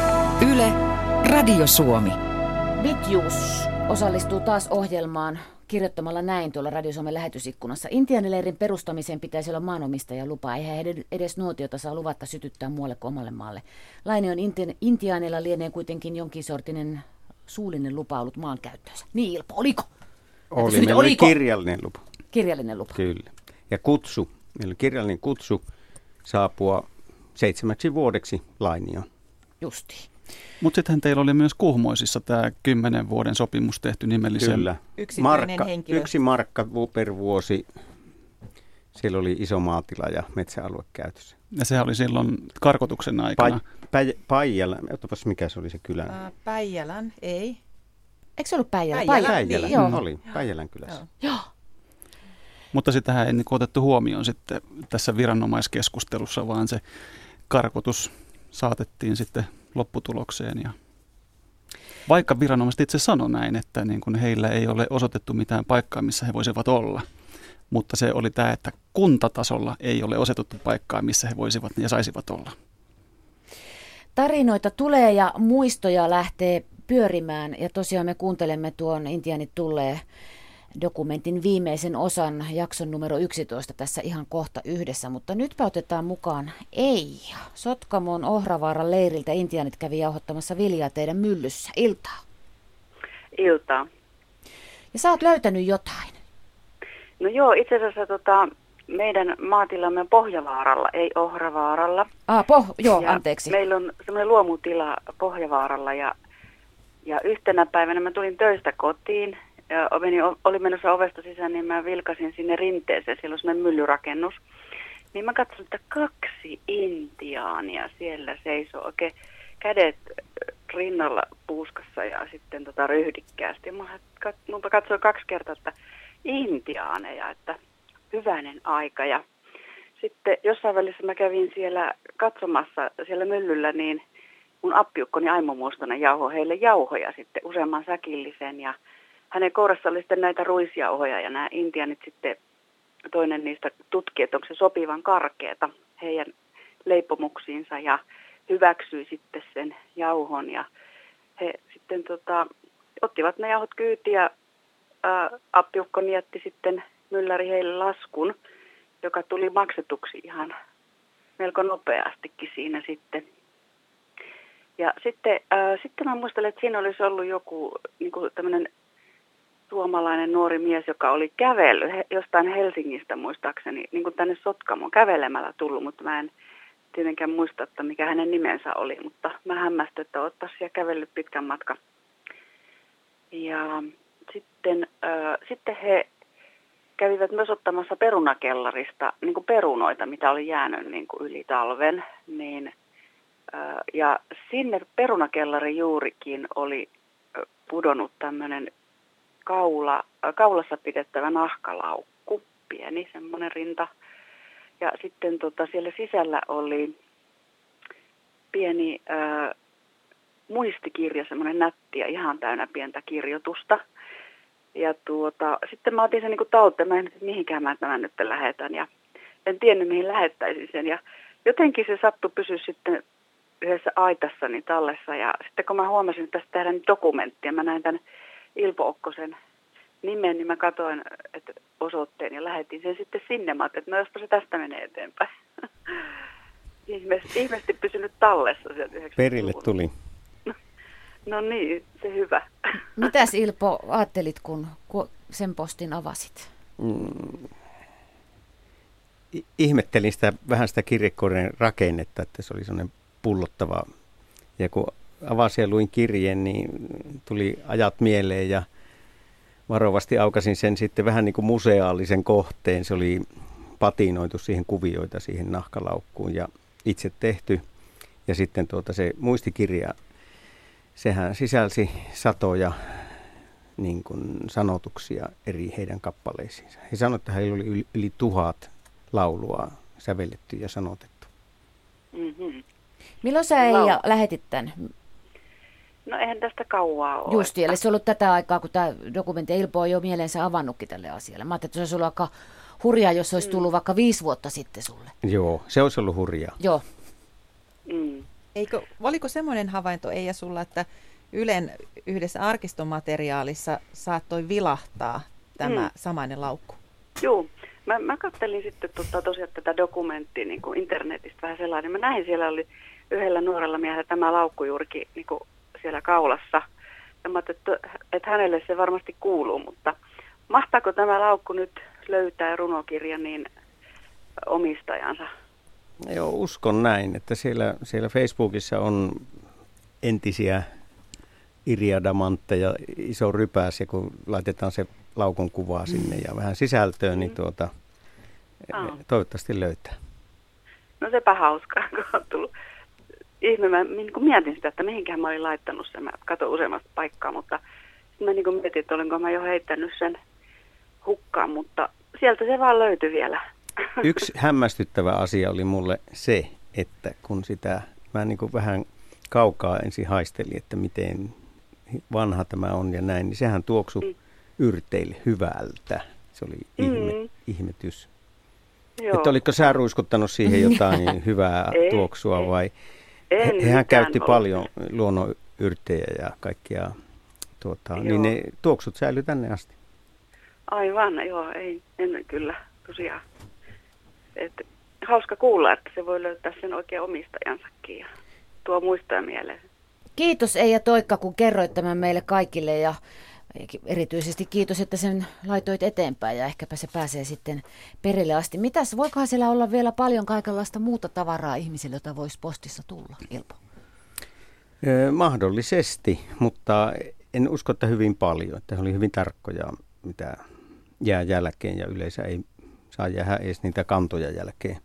Yle, Radio Suomi. Vitjuus osallistuu taas ohjelmaan kirjoittamalla näin tuolla Radio Suomen lähetysikkunassa. Intiaanileirin perustamiseen pitäisi olla maanomistajan lupa. Eihän edes nuotiota saa luvatta sytyttää muualle kuin omalle maalle. Lainion intiaaneilla lienee kuitenkin jonkin sortinen suullinen lupa ollut maankäyttöönsä. Niin Ilpo, oliko? Meillä oli kirjallinen lupa. Kirjallinen lupa. Kyllä. Ja kutsu. Meillä oli kirjallinen kutsu saapua 7 vuodeksi Lainioon. Justiin. Mutta sittenhän teillä oli myös Kuhmoisissa tämä 10 vuoden sopimus tehty nimellisen. Kyllä. Yksi markka per vuosi. Siellä oli iso maatila ja metsäalue käytössä. Ja sehän oli silloin karkotuksen aikana. Päijälä, otapas mikä se oli se kylä? Päijälän, ei. Eikö se ollut Päijälä? Päijälä, niin, oli Päijälän kylässä. Joo. Mutta sitähän ei otettu huomioon sitten tässä viranomaiskeskustelussa, vaan se karkotus saatettiin sitten lopputulokseen. Ja vaikka viranomaiset itse sanoi näin, että niin kuin heillä ei ole osoitettu mitään paikkaa, missä he voisivat olla, mutta se oli tämä, että kuntatasolla ei ole osoitettu paikkaa, missä he voisivat ja saisivat olla. Tarinoita tulee ja muistoja lähtee pyörimään ja tosiaan me kuuntelemme tuon Intiaanit tulee dokumentin viimeisen osan, jakson numero 11 tässä ihan kohta yhdessä, mutta nytpä otetaan mukaan Eija. Sotkamon Ohravaaran leiriltä intiaanit kävi jauhottamassa viljaa teidän myllyssä. Iltaa. Iltaa. Ja sä oot löytänyt jotain. No joo, itse asiassa meidän maatilamme Pohjavaaralla, ei Ohravaaralla. Anteeksi. Meillä on semmoinen luomutila Pohjavaaralla ja yhtenä päivänä mä tulin töistä kotiin. Ja olin menossa ovesta sisään, niin mä vilkasin sinne rinteeseen, siellä on semmoinen myllyrakennus. Niin mä katson, että 2 intiaania siellä seisoo oikein kädet rinnalla puuskassa ja sitten ryhdikkäästi. Mä katsoin 2 kertaa, että intiaaneja, että hyvänen aika. Ja sitten jossain välissä mä kävin siellä katsomassa siellä myllyllä, niin mun appiukkoni Aimo Mustonen jauhoi heille jauhoja sitten useamman säkillisen ja hänen kourassa oli sitten näitä ruisjauhoja ja nämä intiaanit sitten, toinen niistä tutki, että onko se sopivan karkeata heidän leipomuksiinsa ja hyväksyi sitten sen jauhon. Ja he sitten ottivat ne jauhot kyytiin ja appiukkoni jätti sitten mylläri heille laskun, joka tuli maksetuksi ihan melko nopeastikin siinä sitten. Ja sitten mä muistelen, että siinä olisi ollut joku niin kuin tämmöinen suomalainen nuori mies, joka oli kävellyt jostain Helsingistä muistaakseni, niin kuin tänne Sotkamon kävelemällä tullut, mutta mä en tietenkään muista, että mikä hänen nimensä oli, mutta mä hämmästyin, että ottaisi ja kävellyt pitkän matkan. Ja sitten he kävivät myös ottamassa perunakellarista niin kuin perunoita, mitä oli jäänyt niin kuin yli talven, ja sinne perunakellarin juurikin oli pudonnut tämmöinen kaulassa pidettävä nahkalaukku, pieni semmoinen rinta. Ja sitten siellä sisällä oli pieni muistikirja, semmoinen nätti ja ihan täynnä pientä kirjoitusta. Ja sitten mä otin sen niin talteen, mä en tiedä, mihinkään mä tämän nyt lähetän ja en tiennyt mihin lähettäisin sen. Ja jotenkin se sattui pysyä sitten yhdessä aitassani tallessa ja sitten kun mä huomasin, että tästä tehdään dokumenttia, mä näin tämän Ilpo Okkosen nimen, niin mä katsoin että osoitteen ja lähetin sen sitten sinne. Mä ajattelin, että no jospa se tästä menee eteenpäin. Ihmeesti pysynyt tallessa sieltä 90-luvun. Perille tuli. No niin, se hyvä. Mitäs Ilpo ajattelit, kun sen postin avasit? Ihmettelin vähän sitä kirjekuorien rakennetta, että se oli sellainen pullottava. Ja kun avasin ja luin kirjeen, niin tuli ajat mieleen ja varovasti aukasin sen sitten vähän niin kuin museaalisen kohteen. Se oli patinoitu siihen kuvioita siihen nahkalaukkuun ja itse tehty. Ja sitten se muistikirja, sehän sisälsi satoja niin kuin sanotuksia eri heidän kappaleisiinsa. He sanoivat, että heillä oli yli 1000 laulua sävelletty ja sanotettu. Mm-hmm. Milloin sä Eija lähetit tämän? No eihän tästä kauaa ole. Justi, eli se on ollut tätä aikaa, kun tämä dokumentti Ilpo on jo mieleensä avannutkin tälle asialle. Mä ajattelin, että se olisi ollut aika hurjaa, jos se olisi tullut vaikka 5 vuotta sitten sulle. Joo, se olisi ollut hurjaa. Joo. Oliko semmoinen havainto Eija sulla, että Ylen yhdessä arkistomateriaalissa saattoi vilahtaa tämä samainen laukku? Joo. Mä katselin sitten tosiaan tätä dokumenttia niin kuin internetistä vähän sellainen. Mä näin, siellä oli yhdellä nuorella miehellä tämä laukku juurikin niin kuin siellä kaulassa. Ja mä ajattelin, että hänelle se varmasti kuuluu, mutta mahtaako tämä laukku nyt löytää runokirjan niin omistajansa? Joo, uskon näin, että siellä Facebookissa on entisiä iriadamantteja, iso rypäs, ja kun laitetaan se laukun kuvaa sinne ja vähän sisältöön, niin toivottavasti löytää. No sepä hauskaa, kun on tullut ihme. Mä niin mietin sitä, että mihinkähän mä olin laittanut sen. Mä katson useammasta paikkaa, mutta mä niin mietin, että olenko mä jo heittänyt sen hukkaan, mutta sieltä se vaan löytyi vielä. Yksi hämmästyttävä asia oli mulle se, että kun sitä mä niin vähän kaukaa ensin haistelin, että miten vanha tämä on ja näin, niin sehän tuoksui yrteille hyvältä. Se oli ihmetys. Joo. Että oliko sä ruiskuttanut siihen jotain hyvää tuoksua vai? Hehän käytti paljon luonnonyrttejä ja kaikkia, niin ne tuoksut säilyi tänne asti. Aivan, joo, en kyllä tosiaan. Hauska kuulla, että se voi löytää sen oikein omistajansakin ja tuo muistoja mieleen. Kiitos Eija Toikka, kun kerroit tämän meille kaikille ja erityisesti kiitos, että sen laitoit eteenpäin ja ehkäpä se pääsee sitten perille asti. Voikohan siellä olla vielä paljon kaikenlaista muuta tavaraa ihmisille, jota voisi postissa tulla, Ilpo? Mahdollisesti, mutta en usko, että hyvin paljon. Että he oli hyvin tarkkoja, mitä jää jälkeen ja yleensä ei saa jäädä edes niitä kantoja jälkeen.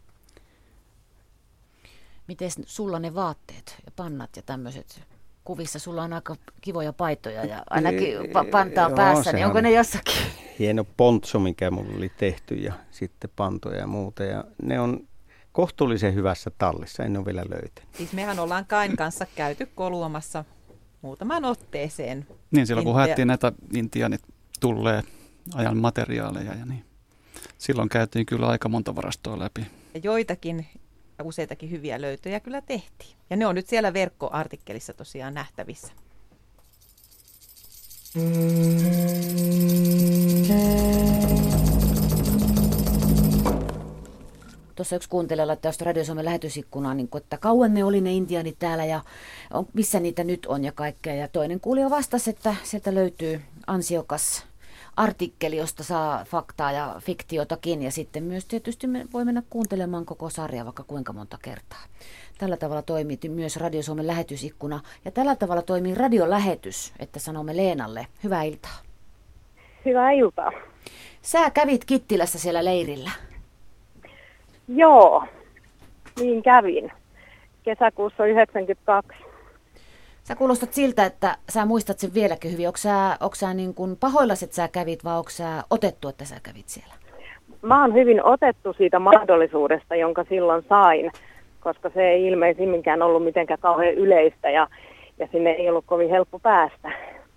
Miten sulla ne vaatteet ja pannat ja tämmöiset? Kuvissa sulla on aika kivoja paitoja ja ainakin pantaa päässä, niin onko ne jossakin? Hieno pontso, mikä mulla oli tehty ja sitten pantoja ja muuta. Ja ne on kohtuullisen hyvässä tallissa, en ole vielä löytänyt. Siis mehän ollaan Kain kanssa käyty koluamassa muutaman otteeseen. Niin, silloin kun haettiin näitä intiaanit tulleen ajan materiaaleja ja niin. Silloin käytiin kyllä aika monta varastoa läpi. Ja joitakin ja useitakin hyviä löytöjä kyllä tehtiin. Ja ne on nyt siellä verkkoartikkelissa tosiaan nähtävissä. Tuossa yksi kuuntelija laittaa Radio Suomen lähetysikkunaan, niin että kauan ne oli ne intiaanit täällä ja missä niitä nyt on ja kaikkea. Ja toinen kuulija vastasi, että sieltä löytyy ansiokas artikkeli, josta saa faktaa ja fiktiotakin. Ja sitten myös tietysti me voi mennä kuuntelemaan koko sarja vaikka kuinka monta kertaa. Tällä tavalla toimii myös Radio Suomen lähetysikkuna. Ja tällä tavalla toimii radiolähetys, että sanomme Leenalle hyvää iltaa. Hyvää iltaa. Sä kävit Kittilässä siellä leirillä. Joo, niin kävin. Kesäkuussa 1992. Sä kuulostat siltä, että sä muistat sen vieläkin hyvin. Onko sä niin kuin pahoillas, että sä kävit, vai onko sä otettu, että sä kävit siellä? Mä oon hyvin otettu siitä mahdollisuudesta, jonka silloin sain, koska se ei ilmeisimminkään ollut mitenkään kauhean yleistä ja sinne ei ollut kovin helppo päästä.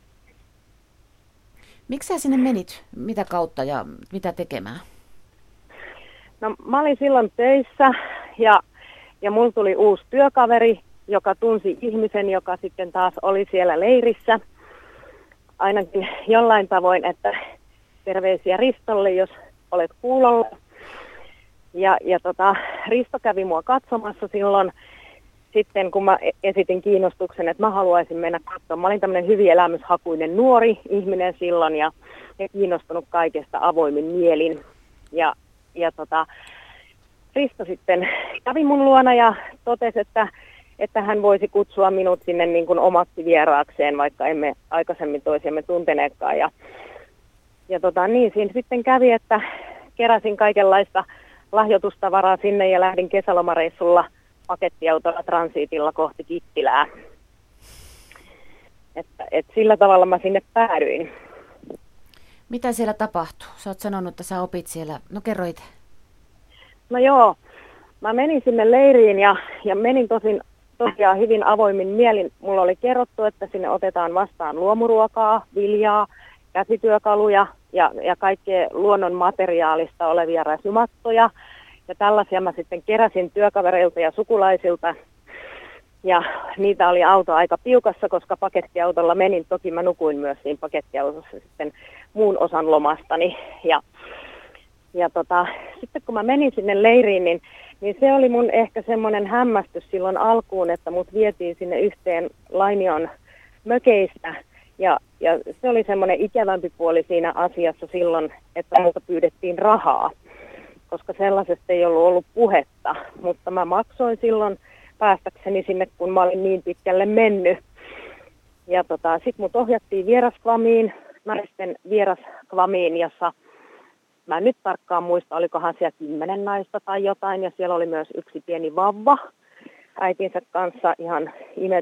Miksi sä sinne menit? Mitä kautta ja mitä tekemään? No mä olin silloin töissä ja mulla tuli uusi työkaveri, joka tunsi ihmisen, joka sitten taas oli siellä leirissä. Ainakin jollain tavoin, että terveisiä Ristolle, jos olet kuulolla. Ja Risto kävi mua katsomassa silloin sitten, kun mä esitin kiinnostuksen, että mä haluaisin mennä katsomaan. Mä olin tämmöinen hyvin elämyshakuinen nuori ihminen silloin ja kiinnostunut kaikesta avoimin mielin. Ja Risto sitten kävi mun luona ja totesi, että hän voisi kutsua minut sinne niin kuin omaksi vieraakseen, vaikka emme aikaisemmin toisiamme tunteneetkaan. Ja niin siinä sitten kävi, että keräsin kaikenlaista lahjoitustavaraa sinne ja lähdin kesälomareissulla pakettiautolla transiitilla kohti Kittilää. Että sillä tavalla mä sinne päädyin. Mitä siellä tapahtui? Sä oot sanonut, että sä opit siellä. No kerro itse. No joo, mä menin sinne leiriin ja menin tosiaan hyvin avoimin mielin. Mulla oli kerrottu, että sinne otetaan vastaan luomuruokaa, viljaa, käsityökaluja ja kaikkea luonnon materiaalista olevia räsymattoja. Ja tällaisia mä sitten keräsin työkavereilta ja sukulaisilta. Ja niitä oli auto aika piukassa, koska pakettiautolla menin. Toki mä nukuin myös siinä pakettiautossa sitten muun osan lomastani. Ja sitten kun mä menin sinne leiriin, niin se oli mun ehkä semmoinen hämmästys silloin alkuun, että mut vietiin sinne yhteen Lainion mökeistä. Ja se oli semmoinen ikävämpi puoli siinä asiassa silloin, että multa pyydettiin rahaa, koska sellaisesta ei ollut puhetta. Mutta mä maksoin silloin päästäkseni sinne, kun mä olin niin pitkälle mennyt. Ja sit mut ohjattiin vieraskvamiin, naisten vieraskvamiin, jossa mä en nyt tarkkaan muista, olikohan siellä 10 naista tai jotain, ja siellä oli myös yksi pieni vauva äitinsä kanssa, ihan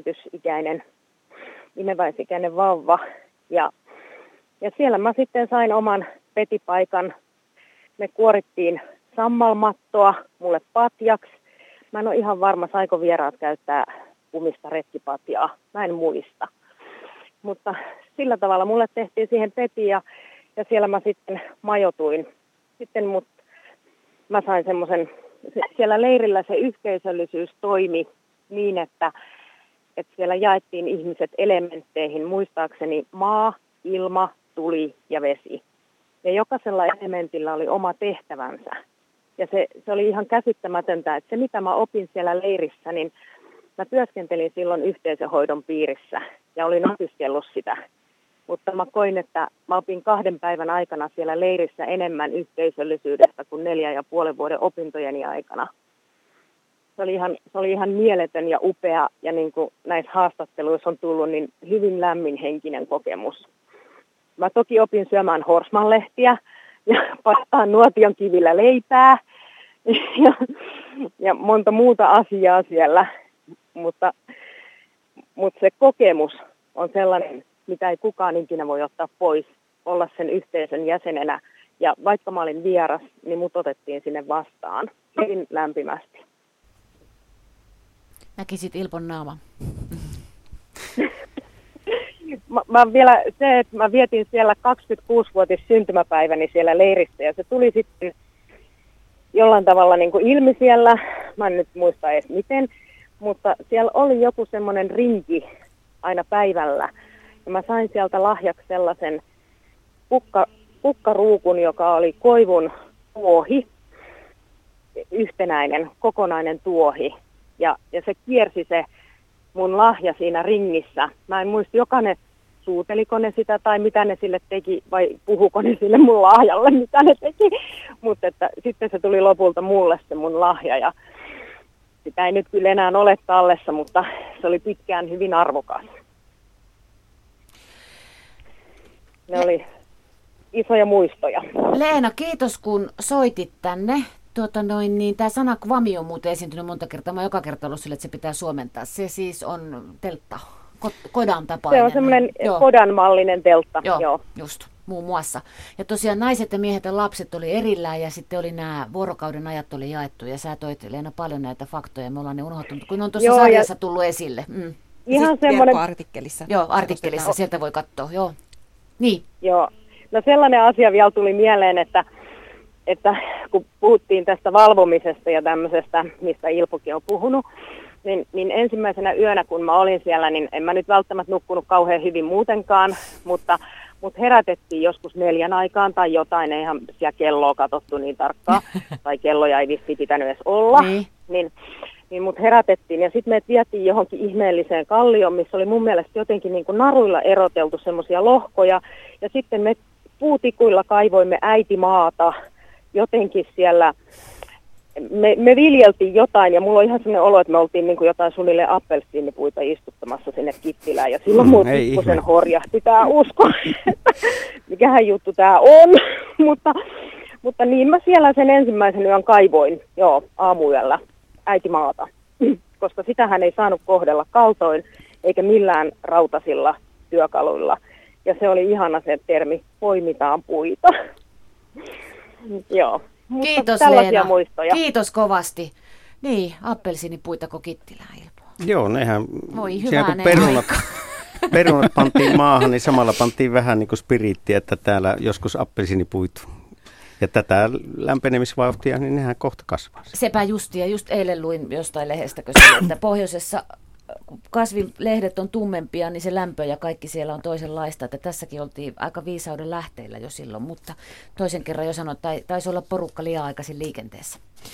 imeväisikäinen vauva. Ja siellä mä sitten sain oman petipaikan. Me kuorittiin sammalmattoa mulle patjaksi. Mä en ole ihan varma, saiko vieraat käyttää kumista retkipatjaa. Mä en muista. Mutta sillä tavalla mulle tehtiin siihen peti ja siellä mä sitten majoituin. Sitten mä sain semmoisen, siellä leirillä se yhteisöllisyys toimi niin, että siellä jaettiin ihmiset elementteihin, muistaakseni maa, ilma, tuli ja vesi. Ja jokaisella elementillä oli oma tehtävänsä. Ja se oli ihan käsittämätöntä, että se mitä mä opin siellä leirissä, niin mä työskentelin silloin yhteisöhoidon piirissä ja olin opiskellut sitä. Mutta mä koin, että mä opin 2 päivän aikana siellä leirissä enemmän yhteisöllisyydestä kuin 4,5 vuoden opintojeni aikana. Se oli ihan mieletön ja upea ja niin kuin näissä haastatteluissa on tullut niin hyvin lämminhenkinen kokemus. Mä toki opin syömään horsmanlehtiä ja paistaan nuotion kivillä leipää ja monta muuta asiaa siellä, mutta se kokemus on sellainen, mitä ei kukaan ikinä voi ottaa pois, olla sen yhteisön jäsenenä. Ja vaikka mä olin vieras, niin mut otettiin sinne vastaan hyvin lämpimästi. Näkisit Ilpon naama. Mä vielä se, että mä vietin siellä 26-vuotis syntymäpäiväni siellä leirissä ja se tuli sitten jollain tavalla niin kuin ilmi siellä. Mä en nyt muista edes miten, mutta siellä oli joku semmoinen rinki aina päivällä. Ja mä sain sieltä lahjaksi sellaisen kukkaruukun, joka oli koivun tuohi, yhtenäinen, kokonainen tuohi. Ja se kiersi se mun lahja siinä ringissä. Mä en muista, jokainen suuteliko ne sitä tai mitä ne sille teki vai puhuko ne sille mun lahjalle, mitä ne teki. Mutta sitten se tuli lopulta mulle se mun lahja ja sitä ei nyt kyllä enää ole tallessa, mutta se oli pitkään hyvin arvokas. Ne oli isoja muistoja. Leena, kiitos kun soitit tänne. Niin tämä sana kvami on muuten esiintynyt monta kertaa. Mä oon joka kerta ollut sille, että se pitää suomentaa. Se siis on teltta, kodan tapainen. Se on semmoinen kodanmallinen teltta. Joo, just, muun muassa. Ja tosiaan naiset ja miehet ja lapset oli erillään ja sitten oli nämä vuorokauden ajat oli jaettu. Ja sä toit, Leena, paljon näitä faktoja. Me ollaan ne unohtunut, kun on tuossa sarjassa tullut esille. Ihan semmoinen artikkelissa. Joo, artikkelissa. Sieltä voi katsoa, joo. Niin. Joo. No sellainen asia vielä tuli mieleen, että kun puhuttiin tästä valvomisesta ja tämmöisestä, mistä Ilpokin on puhunut, niin ensimmäisenä yönä, kun mä olin siellä, niin en mä nyt välttämättä nukkunut kauhean hyvin muutenkaan, mutta herätettiin joskus 4 aikaan tai jotain, eihän siellä kelloa katsottu niin tarkkaan, tai kelloja ei vissiin pitänyt edes olla, niin mut herätettiin ja sitten me vietiin johonkin ihmeelliseen kallioon, missä oli mun mielestä jotenkin niin kuin naruilla eroteltu semmoisia lohkoja, ja sitten me puutikuilla kaivoimme äitimaata, jotenkin siellä, me viljeltiin jotain ja mulla on ihan sellainen olo, että me oltiin niin kuin jotain suunnilleen appelsiinipuita istuttamassa sinne Kittilään ja silloin mulla pikkusen horjahti tää usko, mikähän juttu tää on, mutta niin mä siellä sen ensimmäisen yön kaivoin, aamuyöllä äitimaata, koska sitähän ei saanut kohdella kaltoin eikä millään rautasilla työkaluilla ja se oli ihana se termi, poimitaan puita. Joo, mutta kiitos tällaisia Leena. Muistoja. Kiitos kovasti. Niin, appelsiinipuitako Kittilään, Ilpo? Joo, nehän, voi siellä kun perunat pantiin maahan, niin samalla pantiin vähän niin kuin spiriittiä, että täällä joskus appelsiinipuitu. Ja tätä lämpenemisvauhtia, niin nehän kohta kasvaa. Sepä just eilen luin jostain lehdestä, että pohjoisessa kasvilehdet on tummempia, niin se lämpö ja kaikki siellä on toisenlaista. Että tässäkin oltiin aika viisauden lähteillä jo silloin, mutta toisen kerran jo sanoin, että taisi olla porukka liian aikaisin liikenteessä.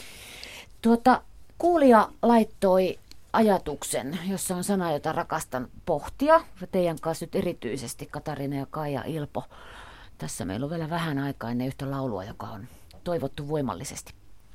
Kuulija laittoi ajatuksen, jossa on sana, jota rakastan pohtia. Teidän kanssa nyt erityisesti Katarina ja Kaija Ilpo. Tässä meillä on vielä vähän aikaa ennen yhtä laulua, joka on toivottu voimallisesti.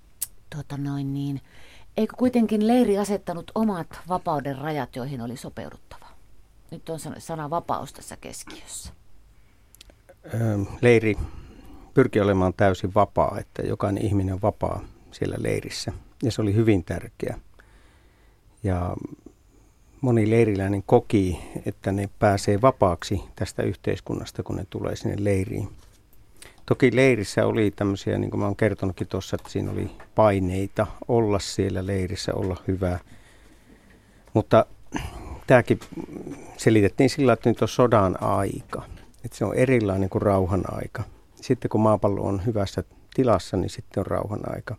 Eikö kuitenkin leiri asettanut omat vapauden rajat, joihin oli sopeuduttava? Nyt on sana vapaus tässä keskiössä. Leiri pyrki olemaan täysin vapaa, että jokainen ihminen on vapaa siellä leirissä. Ja se oli hyvin tärkeä. Ja moni leiriläinen koki, että ne pääsee vapaaksi tästä yhteiskunnasta, kun ne tulee sinne leiriin. Toki leirissä oli tämmöisiä, niin kuin mä oon kertonutkin tuossa, että siinä oli paineita olla siellä leirissä, olla hyvä. Mutta tämäkin selitettiin sillä, että nyt on sodan aika. Että se on erilainen kuin rauhan aika. Sitten kun maapallo on hyvässä tilassa, niin sitten on rauhan aika.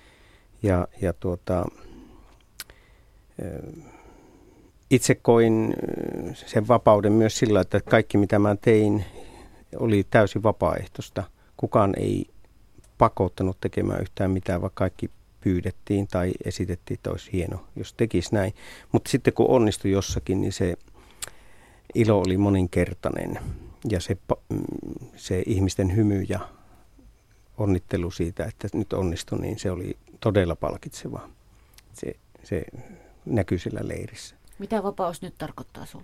Itse koin sen vapauden myös sillä, että kaikki mitä mä tein oli täysin vapaaehtoista. Kukaan ei pakottanut tekemään yhtään mitään, vaikka kaikki pyydettiin tai esitettiin, että olisi hieno, jos tekisi näin. Mutta sitten kun onnistui jossakin, niin se ilo oli moninkertainen ja se ihmisten hymy ja onnittelu siitä, että nyt onnistui, niin se oli todella palkitsevaa. Se näkyy sillä leirissä. Mitä vapaus nyt tarkoittaa sulle?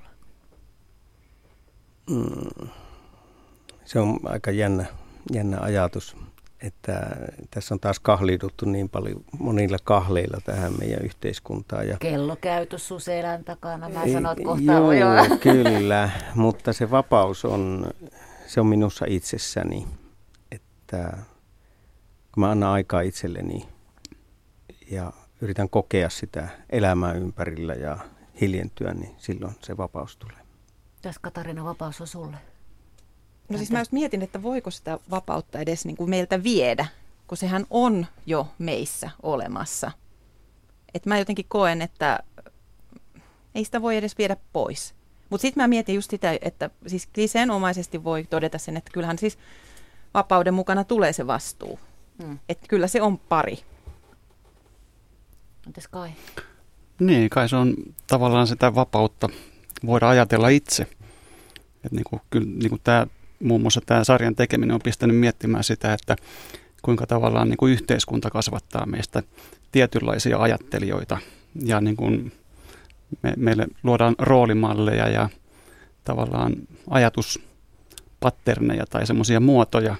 Se on aika jännä ajatus, että tässä on taas kahliuduttu niin paljon monilla kahleilla tähän meidän yhteiskuntaan. Ja kello käyty sun selän takana, mä sanon kohta. Joo, kyllä, mutta se vapaus se on minussa itsessäni, että kun mä annan aikaa itselleni ja yritän kokea sitä elämää ympärillä ja hiljentyä, niin silloin se vapaus tulee. Tässä Katarina vapaus on sulle? No siis mä just mietin, että voiko sitä vapautta edes niin kuin meiltä viedä, kun sehän on jo meissä olemassa. Että mä jotenkin koen, että ei sitä voi edes viedä pois. Mutta sitten mä mietin just sitä, että siis kliseenomaisesti voi todeta sen, että kyllähän siis vapauden mukana tulee se vastuu. Että kyllä se on pari. Entäs Kai? Niin, kai se on tavallaan sitä vapautta voida ajatella itse. Että niin muun muassa tämä sarjan tekeminen on pistänyt miettimään sitä, että kuinka tavallaan niin kuin yhteiskunta kasvattaa meistä tietynlaisia ajattelijoita. Ja niin kuin meille luodaan roolimalleja ja tavallaan ajatuspatterneja tai semmoisia muotoja,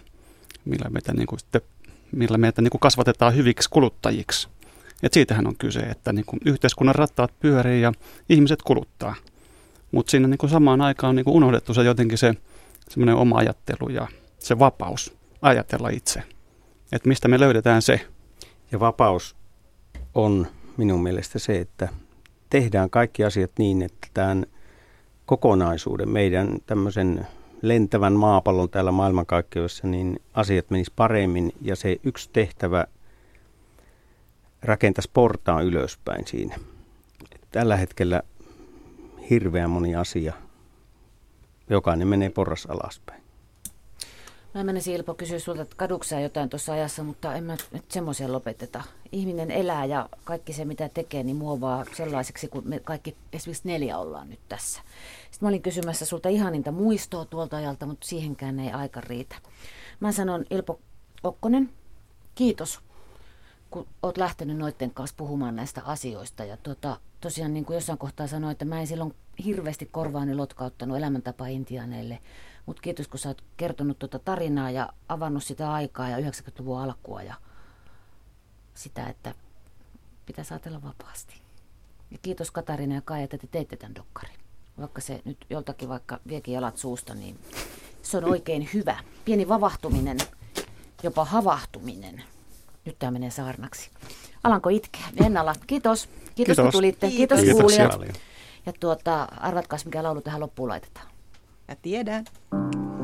millä meitä niin kuin kasvatetaan hyviksi kuluttajiksi. Et siitähän on kyse, että niin kuin yhteiskunnan rattaat pyörii ja ihmiset kuluttaa. Mutta siinä niin kuin samaan aikaan on niin kuin unohdettu se jotenkin se semmoinen oma ajattelu ja se vapaus ajatella itse. Että mistä me löydetään se. Ja vapaus on minun mielestä se, että tehdään kaikki asiat niin, että tämän kokonaisuuden, meidän tämmöisen lentävän maapallon täällä maailmankaikkeudessa, niin asiat menis paremmin ja se yksi tehtävä rakentaisi portaan ylöspäin siinä. Tällä hetkellä hirveän moni asia, jokainen menee porras alaspäin. Mä menisin Ilpo kysyä sulta, että kaduksia jotain tuossa ajassa, mutta en mä nyt semmoisia lopeteta. Ihminen elää ja kaikki se mitä tekee, niin muovaa sellaiseksi kuin me kaikki esimerkiksi 4 ollaan nyt tässä. Sitten mä olin kysymässä sulta ihaninta muistoa tuolta ajalta, mutta siihenkään ei aika riitä. Mä sanon Ilpo Okkonen, kiitos kun oot lähtenyt noitten kanssa puhumaan näistä asioista. Ja tosiaan niin kuin jossain kohtaa sanoin, että mä en silloin hirveästi korvaani lotkauttanut elämäntapa-intiaaneille. Mutta kiitos, kun sä oot kertonut tarinaa ja avannut sitä aikaa ja 90-luvun alkua ja sitä, että pitäisi ajatella vapaasti. Ja kiitos Katarina ja Kaija, että te teitte tämän dokkarin. Vaikka se nyt joltakin vaikka viekin jalat suusta, niin se on oikein hyvä. Pieni vavahtuminen, jopa havahtuminen. Nyt tämä menee saarnaksi. Alanko itkeä? En ala. Kiitos. Kiitos kun tulitte. Kiitos kuulijat. Ja arvatkaas mikä laulu tähän loppuun laitetaan. Ja tiedän.